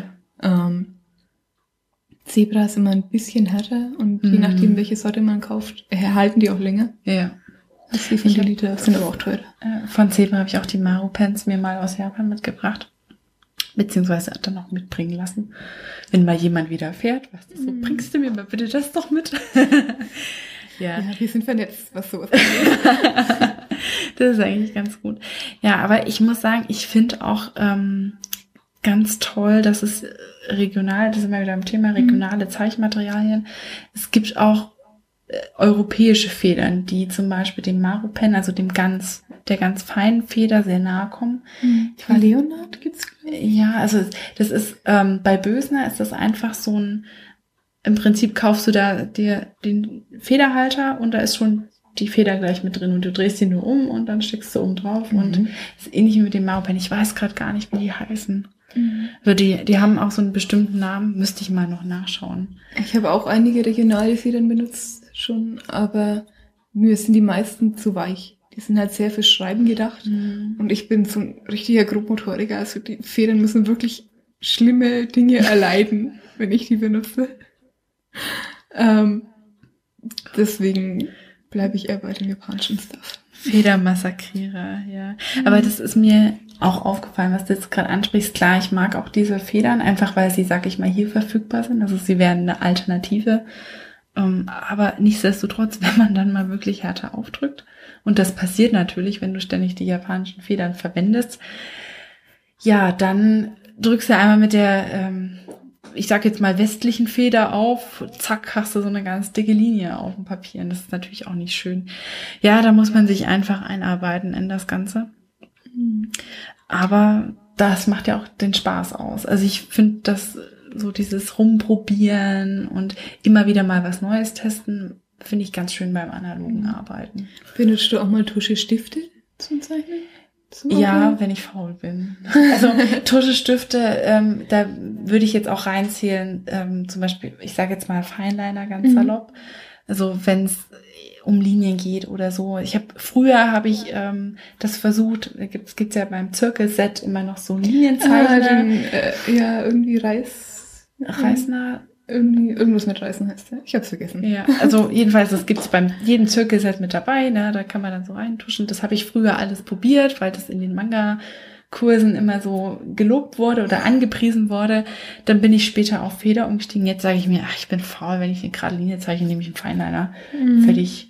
Zebra ist immer ein bisschen härter und je nachdem, welche Sorte man kauft, halten die auch länger. Ja. Also die von Deleter sind aber auch teurer. Von Zebra habe ich auch die Maru-Pens mir mal aus Japan mitgebracht. Beziehungsweise dann noch mitbringen lassen. Wenn mal jemand wieder fährt, was so, bringst du mir mal bitte das doch mit? Ja, wir sind vernetzt, was sowas angeht. Das ist eigentlich ganz gut. Ja, aber ich muss sagen, ich finde auch ganz toll, dass es regional, das sind wir wieder am Thema, regionale Zeichenmaterialien. Es gibt auch europäische Federn, die zum Beispiel dem Maru-Pen, also der ganz feinen Feder sehr nahe kommen. Leonard gibt's? Ja, also das ist, bei Bösner ist das einfach so im Prinzip kaufst du da dir den Federhalter und da ist schon die Feder gleich mit drin und du drehst sie nur um und dann steckst du oben drauf und das ist ähnlich wie mit dem Maru-Pen. Ich weiß gerade gar nicht, wie die heißen. Also die haben auch so einen bestimmten Namen, müsste ich mal noch nachschauen. Ich habe auch einige regionale Federn benutzt schon, aber mir sind die meisten zu weich. Die sind halt sehr fürs Schreiben gedacht und ich bin so ein richtiger Grobmotoriker, also die Federn müssen wirklich schlimme Dinge erleiden, wenn ich die benutze. Deswegen bleibe ich eher bei dem japanischen Stuff. Federmassakrierer, ja. Aber das ist mir auch aufgefallen, was du jetzt gerade ansprichst. Klar, ich mag auch diese Federn, einfach weil sie, sag ich mal, hier verfügbar sind. Also sie wären eine Alternative. Aber nichtsdestotrotz, wenn man dann mal wirklich härter aufdrückt, und das passiert natürlich, wenn du ständig die japanischen Federn verwendest, ja, dann drückst du einmal mit der, ich sag jetzt mal, westlichen Feder auf, zack, hast du so eine ganz dicke Linie auf dem Papier. Und das ist natürlich auch nicht schön. Ja, da muss man sich einfach einarbeiten in das Ganze. Aber das macht ja auch den Spaß aus. Also ich finde, dass so dieses Rumprobieren und immer wieder mal was Neues testen, finde ich ganz schön beim analogen Arbeiten. Benutzt du auch mal Tuschestifte zum Zeichnen? Ja, wenn ich faul bin. Also Tuschestifte, da würde ich jetzt auch reinzählen, zum Beispiel, ich sage jetzt mal Fineliner ganz salopp. Also wenn es um Linien geht oder so. Früher habe ich das versucht, gibt's ja beim Zirkelset immer noch so Linienzeichner. Ja, irgendwie Reißner. Irgendwas mit Reißen heißt der. Ich hab's vergessen. Ja, also jedenfalls, das gibt's beim jedem Zirkelset mit dabei, ne? Da kann man dann so reintuschen. Das habe ich früher alles probiert, weil das in den Manga-Kursen immer so gelobt wurde oder angepriesen wurde. Dann bin ich später auf Feder umgestiegen. Jetzt sage ich mir, ach, ich bin faul, wenn ich eine gerade Linie zeichne, nehme ich einen Fineliner. Fertig.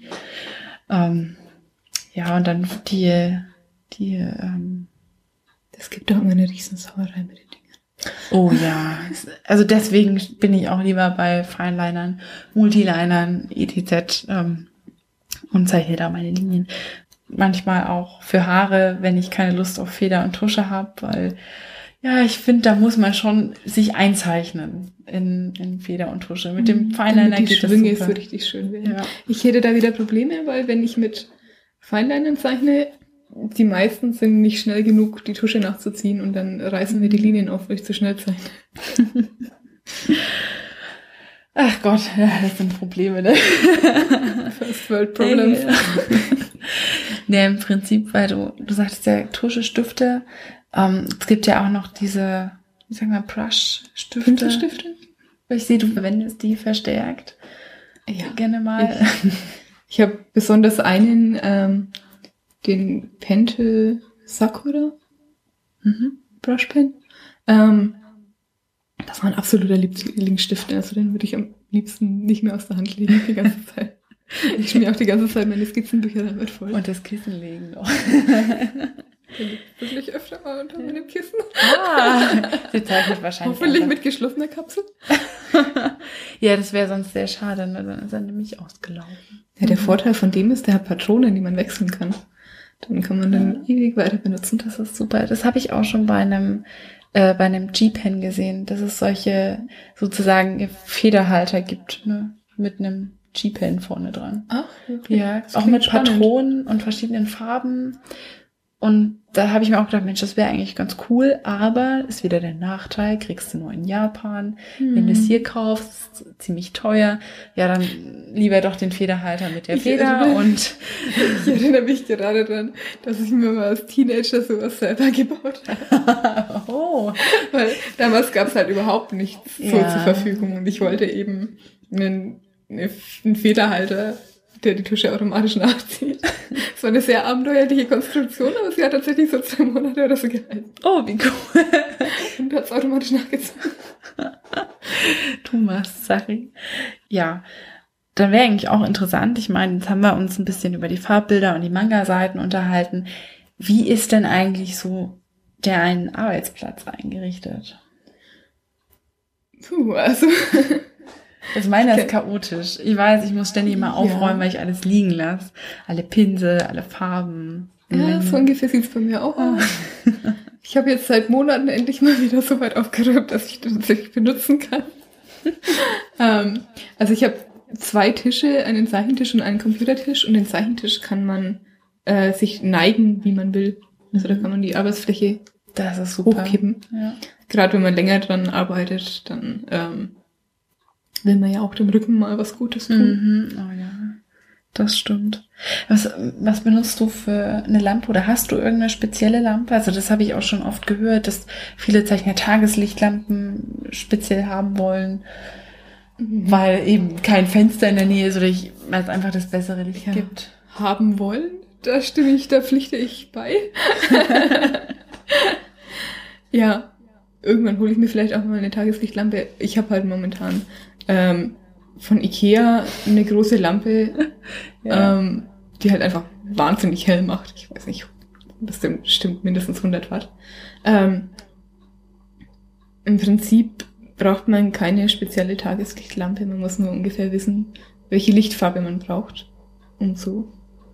Ja, und dann das gibt doch immer eine Riesensauerei mit den Dingen. Oh ja, also deswegen bin ich auch lieber bei Finelinern, Multilinern, etc. Und zeichne da meine Linien. Manchmal auch für Haare, wenn ich keine Lust auf Feder und Tusche habe, weil ja, ich finde, da muss man schon sich einzeichnen in Feder und Tusche. Mit dem Fineliner geht das super. So richtig schön werden. Ja. Ich hätte da wieder Probleme, weil wenn ich mit Finelinern zeichne, die meisten sind nicht schnell genug, die Tusche nachzuziehen und dann reißen wir die Linien auf, weil ich zu schnell zeichne. Ach Gott, ja, das sind Probleme, ne? First World Problems. Ne, im Prinzip, weil du sagtest ja Tuschestifte, es gibt ja auch noch diese, wie sagen wir, Brush-Stifte. Pinselstifte? Ich sehe, du verwendest die verstärkt. Ja. Gerne mal. Ich habe besonders einen, den Pentel Sakura Brushpen. Das war ein absoluter Lieblingsstift. Also den würde ich am liebsten nicht mehr aus der Hand legen die ganze Zeit. Ich schmier auch die ganze Zeit meine Skizzenbücher damit voll. Und das Kissen legen noch. Der liegt wirklich öfter mal unter meinem Kissen. Sie zeichnet wahrscheinlich. Hoffentlich mit geschlossener Kapsel. Ja, das wäre sonst sehr schade, ne? Dann ist er nämlich ausgelaufen. Ja, der Vorteil von dem ist, der hat Patronen, die man wechseln kann. Dann kann man den ewig weiter benutzen. Das ist super. Das habe ich auch schon bei einem G-Pen gesehen, dass es solche sozusagen Federhalter gibt, ne? Mit einem G-Pen vorne dran. Ach, okay. Ja, auch mit Patronen und verschiedenen Farben. Und da habe ich mir auch gedacht, Mensch, das wäre eigentlich ganz cool, aber ist wieder der Nachteil, kriegst du nur in Japan. Wenn du es hier kaufst, ist ziemlich teuer. Ja, dann lieber doch den Federhalter mit der Feder. Ich erinnere mich gerade dran, dass ich mir mal als Teenager sowas selber gebaut habe. Oh. Weil damals gab es halt überhaupt nichts so zur Verfügung und ich wollte eben einen Federhalter, der die Tusche automatisch nachzieht. Es war eine sehr abenteuerliche Konstruktion, aber sie hat tatsächlich so 2 Monate oder so gehalten. Oh, wie cool. Und hat es automatisch nachgezogen. Du machst Sachen. Ja, dann wäre eigentlich auch interessant, ich meine, jetzt haben wir uns ein bisschen über die Farbbilder und die Manga-Seiten unterhalten. Wie ist denn eigentlich so dein Arbeitsplatz eingerichtet? Also... Also meiner ist chaotisch. Ich weiß, ich muss ständig mal aufräumen, weil ich alles liegen lasse. Alle Pinsel, alle Farben. Ja, so ungefähr sieht's bei mir auch aus. Ich habe jetzt seit Monaten endlich mal wieder so weit aufgeräumt, dass ich das tatsächlich benutzen kann. Also ich habe 2 Tische, einen Zeichentisch und einen Computertisch. Und den Zeichentisch kann man sich neigen, wie man will. Also da kann man die Arbeitsfläche das ist super. Hochkippen. Ja. Gerade wenn man länger dran arbeitet, dann will man ja auch dem Rücken mal was Gutes tun. Oh ja, das stimmt. Was benutzt du für eine Lampe oder hast du irgendeine spezielle Lampe? Also das habe ich auch schon oft gehört, dass viele Zeichner Tageslichtlampen speziell haben wollen, weil eben kein Fenster in der Nähe ist oder weil es einfach das bessere Licht gibt. Haben wollen? Da pflichte ich bei. Ja, irgendwann hole ich mir vielleicht auch mal eine Tageslichtlampe. Ich habe halt momentan von Ikea eine große Lampe, die halt einfach wahnsinnig hell macht. Ich weiß nicht, das stimmt mindestens 100 Watt. Im Prinzip braucht man keine spezielle Tageslichtlampe. Man muss nur ungefähr wissen, welche Lichtfarbe man braucht, um so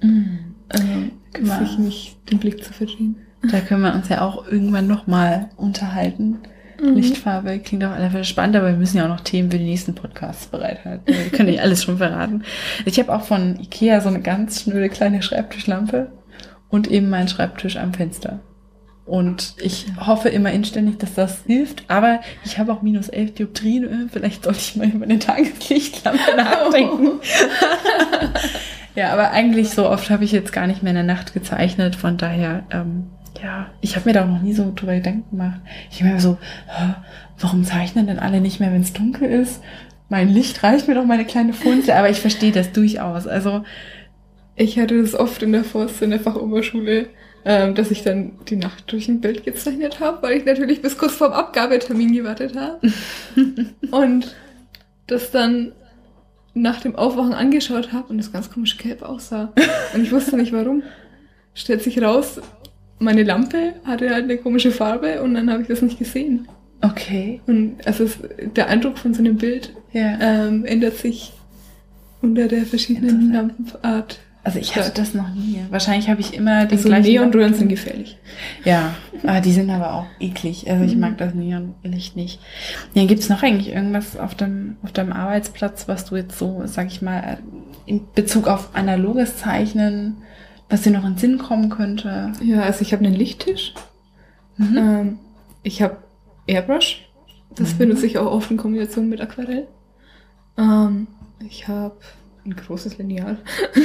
sich nicht den Blick zu verdrehen. Da können wir uns ja auch irgendwann nochmal unterhalten. Lichtfarbe klingt auf alle Fälle spannend, aber wir müssen ja auch noch Themen für die nächsten Podcasts bereithalten. Wir können nicht alles schon verraten. Ich habe auch von Ikea so eine ganz schnöde kleine Schreibtischlampe und eben mein Schreibtisch am Fenster. Und ich hoffe immer inständig, dass das hilft, aber ich habe auch -11 Dioptrien, vielleicht sollte ich mal über eine Tageslichtlampe nachdenken. Ja, aber eigentlich so oft habe ich jetzt gar nicht mehr in der Nacht gezeichnet, von daher, ich habe mir da auch noch nie so drüber Gedanken gemacht. Ich habe mir so, warum zeichnen denn alle nicht mehr, wenn es dunkel ist? Mein Licht reicht mir doch, meine kleine Funzel, aber ich verstehe das durchaus, also ich hatte das oft in der Forst, in der Fachoberschule, dass ich dann die Nacht durch ein Bild gezeichnet habe, weil ich natürlich bis kurz vorm Abgabetermin gewartet habe. Und das dann nach dem Aufwachen angeschaut habe und das ganz komisch gelb aussah. Und ich wusste nicht warum. Stellt sich raus, meine Lampe hatte halt eine komische Farbe und dann habe ich das nicht gesehen. okay. Und also der Eindruck von so einem Bild ändert sich unter der verschiedenen Lampenart. Also ich hatte das noch nie. Wahrscheinlich habe ich immer den Also gleichen... Neonröhren sind gefährlich. Ja, die sind aber auch eklig. Also ich mag das Neonlicht nicht. Ja, gibt's noch eigentlich irgendwas auf deinem Arbeitsplatz, was du jetzt so, sag ich mal, in Bezug auf analoges Zeichnen, was dir noch in den Sinn kommen könnte? Ja, also ich habe einen Lichttisch. Ich habe Airbrush. Das benutze ich auch oft in Kombination mit Aquarell. Ich habe ein großes Lineal.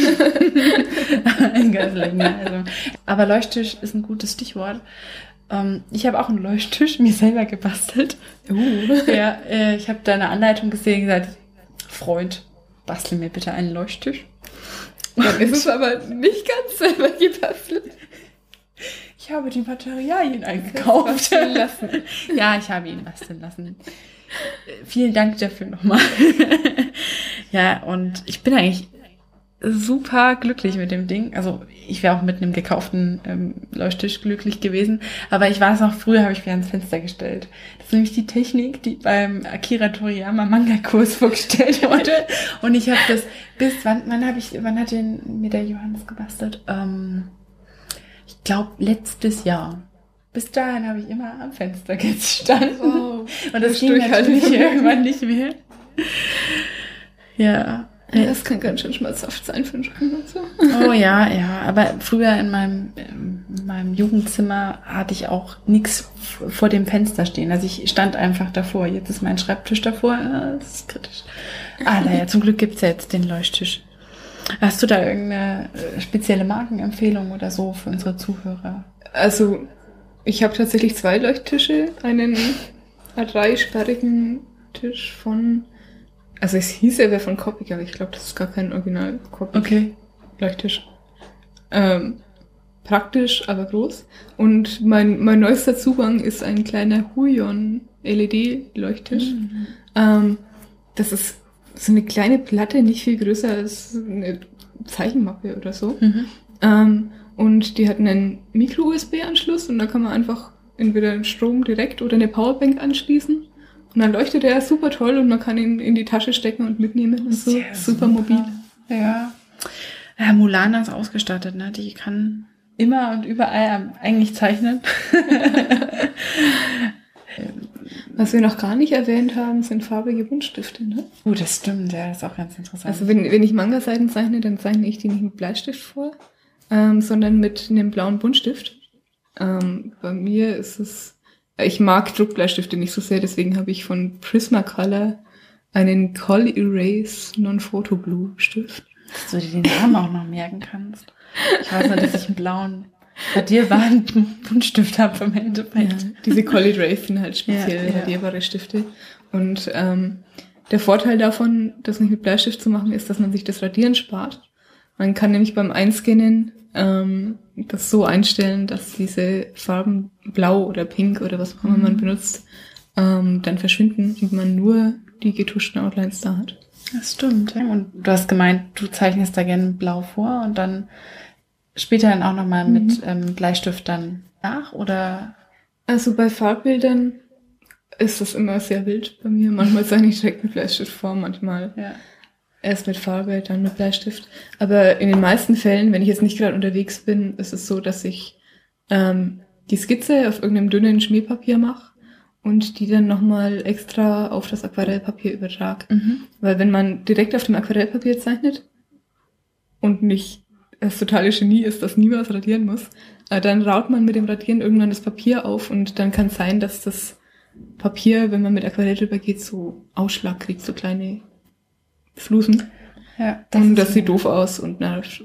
Ein ganzes Lineal. Also. Aber Leuchttisch ist ein gutes Stichwort. Ich habe auch einen Leuchttisch mir selber gebastelt. Ja, ich habe da eine Anleitung gesehen und gesagt, Freund, bastel mir bitte einen Leuchttisch. Dann ist es aber nicht ganz selber gebastelt. Ich habe die Materialien eingekauft. Lassen. Ja, ich habe ihn basteln lassen. Vielen Dank dafür nochmal. Ja, und ich bin eigentlich super glücklich mit dem Ding. Also ich wäre auch mit einem gekauften Leuchttisch glücklich gewesen. Aber ich weiß noch, früher habe ich mir ans Fenster gestellt. Das ist nämlich die Technik, die beim Akira Toriyama Manga-Kurs vorgestellt wurde. Und ich habe das wann hat mir der Johannes gebastelt? Ich glaube, letztes Jahr. Bis dahin habe ich immer am Fenster gestanden. Oh, und das ging natürlich irgendwann nicht mehr. Ja. Das kann ganz schön schmerzhaft sein für einen Schatten und so. Oh ja. Aber früher in meinem Jugendzimmer hatte ich auch nichts vor dem Fenster stehen. Also ich stand einfach davor. Jetzt ist mein Schreibtisch davor. Das ist kritisch. Naja, zum Glück gibt's ja jetzt den Leuchttisch. Hast du da irgendeine spezielle Markenempfehlung oder so für unsere Zuhörer? Also, ich habe tatsächlich 2 Leuchttische. Einen A3-sperrigen Tisch von... Also es hieß, er wäre von Copic, aber ich glaube, das ist gar kein Original Copic Leuchttisch. Praktisch, aber groß. Und mein neuester Zugang ist ein kleiner Huion LED-Leuchttisch. Das ist so eine kleine Platte, nicht viel größer als eine Zeichenmappe oder so. Und die hat einen Micro-USB-Anschluss und da kann man einfach entweder einen Strom direkt oder eine Powerbank anschließen. Und dann leuchtet er super toll und man kann ihn in die Tasche stecken und mitnehmen und so. Super mobil. Ja. Mulana ist ausgestattet, ne? Die kann immer und überall eigentlich zeichnen. Was wir noch gar nicht erwähnt haben, sind farbige Buntstifte, ne? Oh, das stimmt, ja, das ist auch ganz interessant. Also wenn ich Manga-Seiten zeichne, dann zeichne ich die nicht mit Bleistift vor, sondern mit einem blauen Buntstift. Bei mir ist es... Ich mag Druckbleistifte nicht so sehr, deswegen habe ich von Prismacolor einen Col Erase Non-Photo Blue Stift. Dass du dir den Namen auch noch merken kannst. Ich weiß nur, dass ich einen blauen radierbaren Buntstift habe im Endeffekt. Ja, diese Col Erase sind halt speziell radierbare Stifte. Und der Vorteil davon, das nicht mit Bleistift zu machen, ist, dass man sich das Radieren spart. Man kann nämlich beim Einscannen das so einstellen, dass diese Farben blau oder pink oder was auch immer man benutzt, dann verschwinden und man nur die getuschten Outlines da hat. Das stimmt. Ja. Und du hast gemeint, du zeichnest da gerne blau vor und dann später dann auch nochmal mit Bleistift dann nach, oder? Also bei Farbbildern ist das immer sehr wild bei mir. Manchmal zeichne ich direkt mit Bleistift vor, manchmal erst mit Farbe, dann mit Bleistift. Aber in den meisten Fällen, wenn ich jetzt nicht gerade unterwegs bin, ist es so, dass ich die Skizze auf irgendeinem dünnen Schmierpapier mache und die dann nochmal extra auf das Aquarellpapier übertrage. Weil wenn man direkt auf dem Aquarellpapier zeichnet und nicht das totale Genie ist, dass niemals radieren muss, dann raut man mit dem Radieren irgendwann das Papier auf und dann kann es sein, dass das Papier, wenn man mit Aquarell drüber geht, so Ausschlag kriegt, so kleine Flusen. Ja, Das sieht doof aus und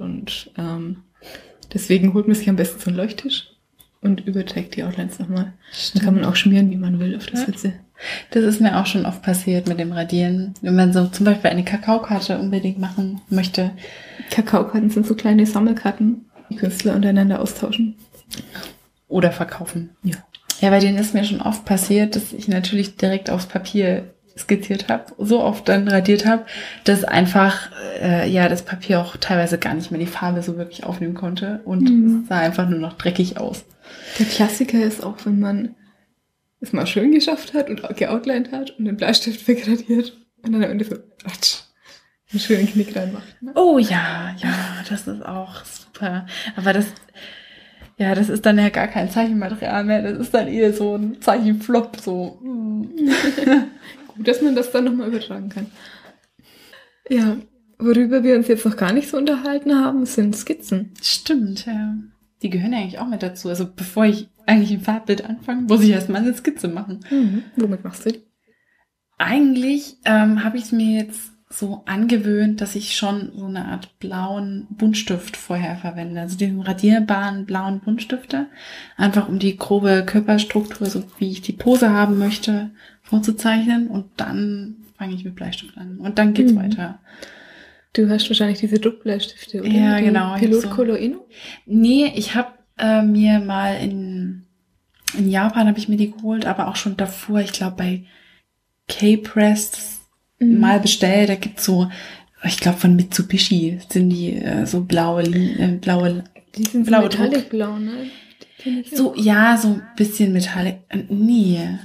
deswegen holt man sich am besten so einen Leuchttisch und überträgt die Outlines nochmal. Dann kann man auch schmieren, wie man will, auf das Sitze. Das ist mir auch schon oft passiert mit dem Radieren. Wenn man so zum Beispiel eine Kakaokarte unbedingt machen möchte. Kakaokarten sind so kleine Sammelkarten, die Künstler untereinander austauschen. Oder verkaufen. Ja. Ja, bei denen ist mir schon oft passiert, dass ich natürlich direkt aufs Papier skizziert habe, so oft dann radiert habe, dass einfach das Papier auch teilweise gar nicht mehr die Farbe so wirklich aufnehmen konnte und es sah einfach nur noch dreckig aus. Der Klassiker ist auch, wenn man es mal schön geschafft hat und geoutlined hat und den Bleistift wegradiert und dann am Ende so einen schönen Knick reinmacht. Ne? Oh ja, das ist auch super. Aber das ist dann ja gar kein Zeichenmaterial mehr, das ist dann eher so ein Zeichenflop, so. Gut, dass man das dann nochmal übertragen kann. Ja, worüber wir uns jetzt noch gar nicht so unterhalten haben, sind Skizzen. Stimmt, ja. Die gehören ja eigentlich auch mit dazu. Also bevor ich eigentlich ein Farbbild anfange, muss ich erstmal eine Skizze machen. Womit machst du die? Eigentlich habe ich es mir jetzt so angewöhnt, dass ich schon so eine Art blauen Buntstift vorher verwende. Also diesen radierbaren blauen Buntstifte. Einfach um die grobe Körperstruktur, so wie ich die Pose haben möchte, vorzuzeichnen. Und dann fange ich mit Bleistift an. Und dann geht's weiter. Du hast wahrscheinlich diese Druckbleistifte, oder? Ja, genau. Pilot Color Inno? Nee, ich habe mir mal in Japan habe ich mir die geholt, aber auch schon davor, ich glaube bei K-Press mal bestellt. Da gibt's so, ich glaube von Mitsubishi sind die so blaue Die sind so metallic-blau, ne? So, ja, so ein bisschen metallic. Nee.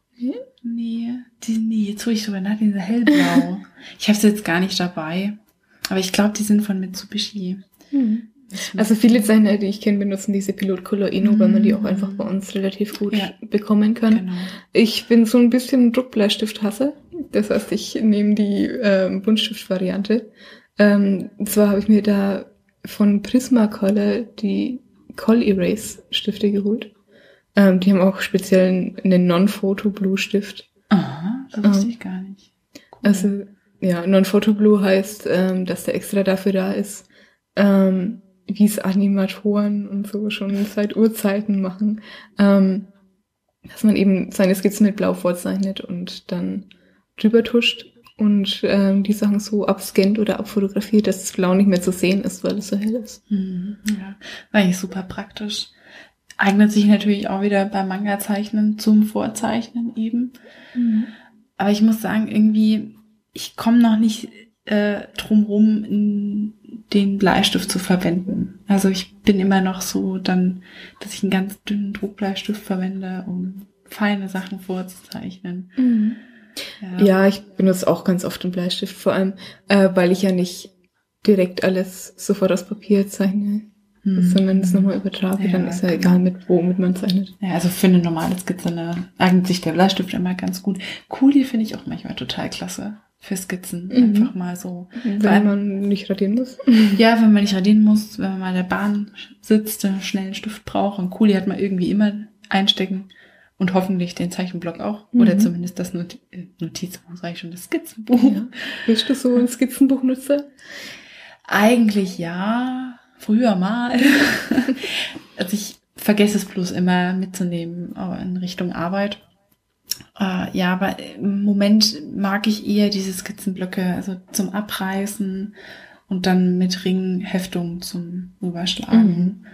Jetzt tue ich sogar nach, diese hellblau. Ich habe sie jetzt gar nicht dabei. Aber ich glaube, die sind von Mitsubishi. Also viele Zeichner, die ich kenne, benutzen diese Pilot Color Inno, weil man die auch einfach bei uns relativ gut bekommen kann. Genau. Ich bin so ein bisschen Druckbleistift-Hasser. Das heißt, ich nehme die Buntstift-Variante. Und zwar habe ich mir da von Prismacolor die Col Erase Stifte geholt. Die haben auch speziell einen Non-Photo-Blue-Stift. Aha, das wusste ich gar nicht. Cool. Also, ja, Non-Photo-Blue heißt, dass der extra dafür da ist, wie es Animatoren und so schon seit Urzeiten machen, dass man eben seine Skizzen mit Blau vorzeichnet und dann drüber tuscht und die Sachen so abscannt oder abfotografiert, dass das Blau nicht mehr zu sehen ist, weil es so hell ist. Ja, war eigentlich super praktisch. Eignet sich natürlich auch wieder beim Manga-Zeichnen zum Vorzeichnen eben. Aber ich muss sagen, irgendwie, ich komme noch nicht drum rum, den Bleistift zu verwenden. Also ich bin immer noch so dann, dass ich einen ganz dünnen Druckbleistift verwende, um feine Sachen vorzuzeichnen. Ja, ich benutze auch ganz oft den Bleistift, vor allem, weil ich ja nicht direkt alles sofort aus Papier zeichne, sondern es nochmal übertrage, dann ist ja egal, womit man zeichnet. Ja, also für eine normale Skizze eignet sich der Bleistift immer ganz gut. Kuli finde ich auch manchmal total klasse für Skizzen. Einfach mal so. Wenn man nicht radieren muss. Ja, wenn man nicht radieren muss, wenn man mal in der Bahn sitzt, schnell einen Stift braucht. Und Kuli hat man irgendwie immer einstecken. Und hoffentlich den Zeichenblock auch. Oder zumindest das Notizbuch, sage ich schon, das Skizzenbuch. Ja. Bist du so ein Skizzenbuchnutzer? Eigentlich ja. Früher mal. Also ich vergesse es bloß immer mitzunehmen in Richtung Arbeit. Ja, aber im Moment mag ich eher diese Skizzenblöcke, also zum Abreißen und dann mit Ringheftung zum Überschlagen.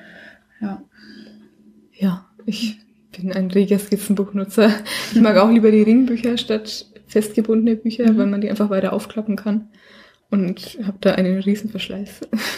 Ja, ich bin ein reger Skizzenbuchnutzer. Ich mag auch lieber die Ringbücher statt festgebundene Bücher, weil man die einfach weiter aufklappen kann. Und habe da einen riesen Verschleiß.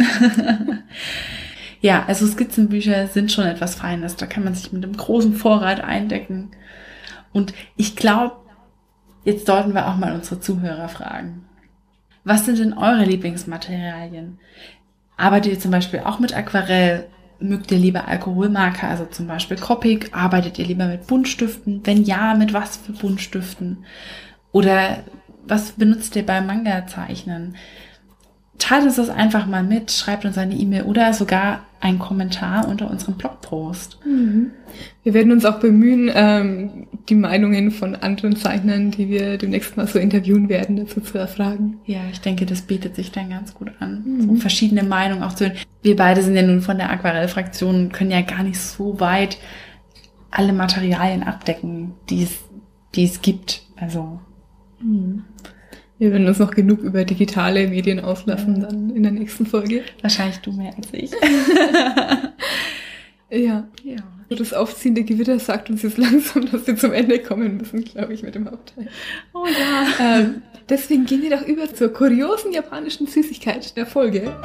Ja, also Skizzenbücher sind schon etwas Feines. Da kann man sich mit einem großen Vorrat eindecken. Und ich glaube, jetzt sollten wir auch mal unsere Zuhörer fragen. Was sind denn eure Lieblingsmaterialien? Arbeitet ihr zum Beispiel auch mit Aquarell? Mögt ihr lieber Alkoholmarker, also zum Beispiel Copic? Arbeitet ihr lieber mit Buntstiften? Wenn ja, mit was für Buntstiften? Oder was benutzt ihr beim Manga-Zeichnen? teilt uns das einfach mal mit, schreibt uns eine E-Mail oder sogar einen Kommentar unter unserem Blogpost. Wir werden uns auch bemühen, die Meinungen von anderen Zeichnern, die wir demnächst mal so interviewen werden, dazu zu erfragen. Ja, ich denke, das bietet sich dann ganz gut an. So verschiedene Meinungen auch zu. Wir beide sind ja nun von der Aquarellfraktion, können ja gar nicht so weit alle Materialien abdecken, die es gibt. Also Wir werden uns noch genug über digitale Medien auslassen dann in der nächsten Folge. wahrscheinlich du mehr als ich. Ja. So das aufziehende Gewitter sagt uns jetzt langsam, dass wir zum Ende kommen müssen, glaube ich, mit dem Hauptteil. Oh ja. Deswegen gehen wir doch über zur kuriosen japanischen Süßigkeit der Folge.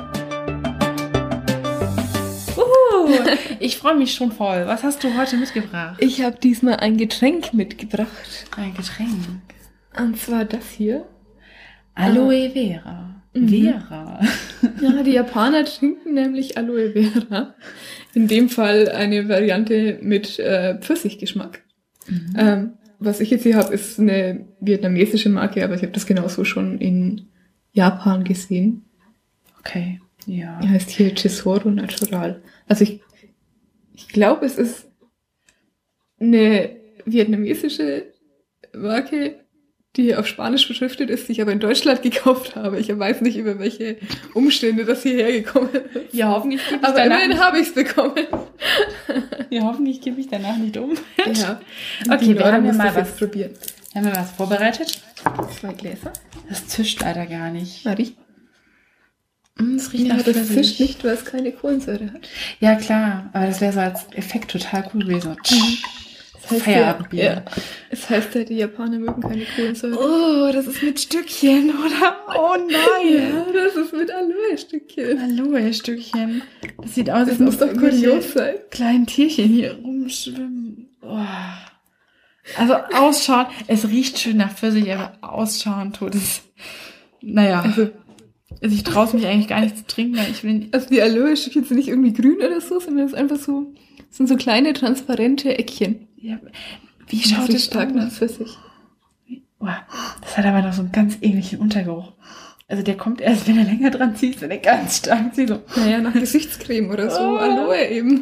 Ich freue mich schon voll. Was hast du heute mitgebracht? Ich habe diesmal ein Getränk mitgebracht. Ein Getränk. Und zwar das hier. Aloe Vera. Vera. Ja, die Japaner trinken nämlich Aloe Vera. In dem Fall eine Variante mit Pfirsichgeschmack. Was ich jetzt hier habe, ist eine vietnamesische Marke, aber ich habe das genauso schon in Japan gesehen. Okay, ja. Die heißt hier Tesoro Natural. Also ich glaube, es ist eine vietnamesische Marke, die auf Spanisch beschriftet ist, die ich aber in Deutschland gekauft habe. Ich weiß nicht, über welche Umstände das hierher gekommen ist. Ja, hoffentlich gebe ich aber immerhin habe ich es bekommen. Ja, hoffentlich gebe ich danach nicht um. Ja. Okay, wir haben ja mal was probiert. Haben wir was vorbereitet? 2 Gläser. Das zischt leider gar nicht. Na, riecht. Das riecht Ja, nach das Pfirsich. zischt nicht, weil es keine Kohlensäure hat. Ja, klar. Aber das wäre so als Effekt total cool gewesen. Das heißt Feierabendbier. Ja, es heißt ja, die Japaner mögen keine Kohlensäure. Oh, das ist mit Stückchen, oder? Oh nein. Ja, das ist mit Aloe-Stückchen. Aloe-Stückchen. Das sieht aus, Das als muss ob doch irgendwelche kurios sein. kleinen Tierchen hier rumschwimmen. Oh. Also ausschauen, es riecht schön nach Pfirsich, aber ausschauen tut es. Naja. Also ich traue es mich eigentlich gar nicht zu trinken, weil ich will. Also die Aloe-Stückchen sind nicht irgendwie grün oder so, sondern es ist einfach so, sind so kleine transparente Eckchen. Ja, wie schaut es stark nach Pfirsich? Oh, das hat aber noch so einen ganz ähnlichen Untergeruch. Also der kommt erst, wenn er länger dran zieht, wenn er ganz stark zieht. So. Naja, nach Gesichtscreme oder so. Aloe eben.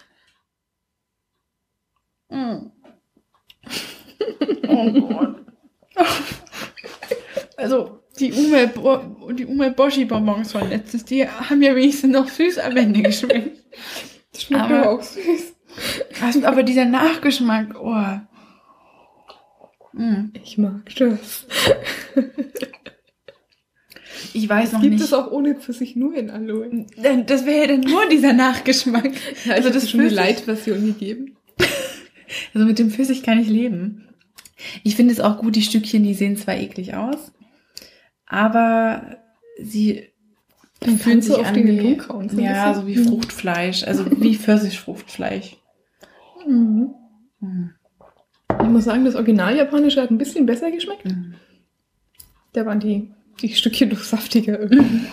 Oh Gott. Also die Umeboshi-Bonbons von letztens, die haben ja wenigstens noch süß am Ende geschmeckt. Das schmeckt aber auch süß. Aber dieser Nachgeschmack, oh. Ich mag das. Ich weiß noch nicht. Gibt es auch ohne Pfirsich nur in Aloe? Das wäre ja dann nur dieser Nachgeschmack. Ja, also das ist schon eine Light-Version gegeben. Also mit dem Pfirsich kann ich leben. Ich finde es auch gut, die Stückchen, die sehen zwar eklig aus, aber sie fühlen sich an wie, ja, so wie Fruchtfleisch, also wie Pfirsichfruchtfleisch. Ich muss sagen, das Original-Japanische hat ein bisschen besser geschmeckt. Da waren die Stückchen noch saftiger irgendwie.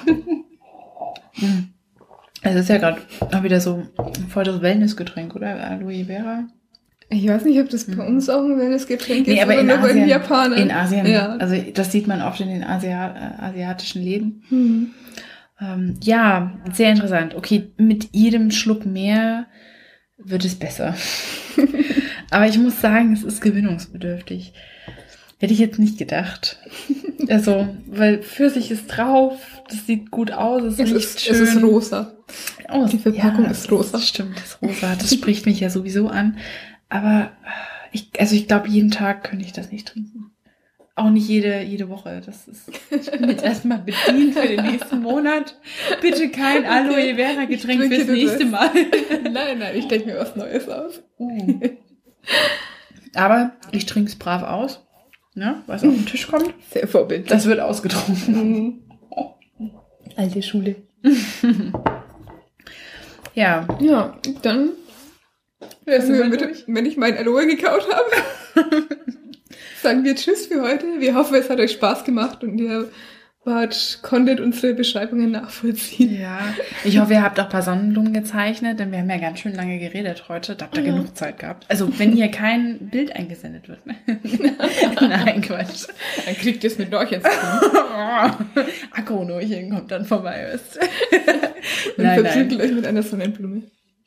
Also es ist ja gerade auch wieder so voll das Wellnessgetränk, oder? Aloe Vera. Ich weiß nicht, ob das bei uns auch ein Wellnessgetränk ist, aber nur bei den Japanern. In Asien, ja. Also das sieht man oft in den asiatischen Läden. Ja, sehr interessant. Okay, mit jedem Schluck mehr wird es besser. Aber ich muss sagen, es ist gewinnungsbedürftig. Hätte ich jetzt nicht gedacht. Also, weil Pfirsich ist drauf, das sieht gut aus, es riecht schön. Es ist rosa. Oh, die Verpackung ist rosa. Das stimmt, das ist rosa. Das spricht mich ja sowieso an. Aber ich glaube, jeden Tag könnte ich das nicht trinken. Auch nicht jede Woche. Ich bin jetzt erstmal bedient für den nächsten Monat. Bitte kein Aloe Vera Getränk fürs nächste Mal. Nein, ich denke mir was Neues aus. Aber ich trinke es brav aus. Ja, was auf den Tisch kommt. Sehr vorbildlich. Das wird ausgetrunken. Alte Schule. Ja, dann wenn ich mein Aloe gekaut habe, sagen wir Tschüss für heute. Wir hoffen, es hat euch Spaß gemacht und ihr Bart konntet unsere Beschreibungen nachvollziehen. Ja, ich hoffe, ihr habt auch ein paar Sonnenblumen gezeichnet, denn wir haben ja ganz schön lange geredet heute. Da habt ihr genug Zeit gehabt. Also, wenn hier kein Bild eingesendet wird. Ne? Nein, Quatsch. Dann kriegt ihr es mit Lorchens tun. Akronorchen kommt dann vorbei, wisst Und verzügelt euch mit einer Sonnenblume.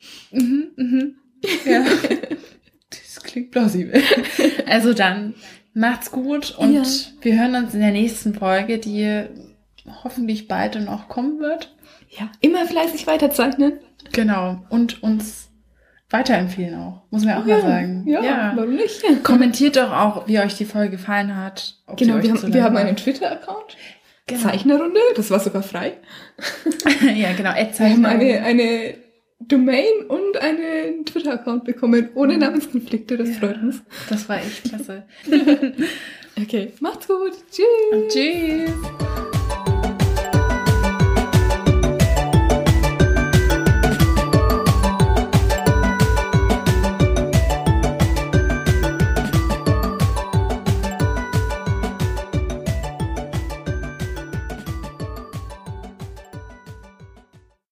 Ja. Das klingt plausibel. Also dann, macht's gut und wir hören uns in der nächsten Folge, die hoffentlich bald dann auch kommen wird. Ja, immer fleißig weiterzeichnen. Genau. Und uns weiterempfehlen auch, muss man auch mal sagen. Ja, warum nicht? Kommentiert doch auch, wie euch die Folge gefallen hat. Genau, wir haben einen Twitter-Account. Genau. Zeichnerrunde, das war sogar frei. Ja, genau. Wir haben eine Domain und einen Twitter-Account bekommen, ohne Namenskonflikte, das freut uns. Das war echt klasse. Okay, macht's gut. Tschüss. Tschüss.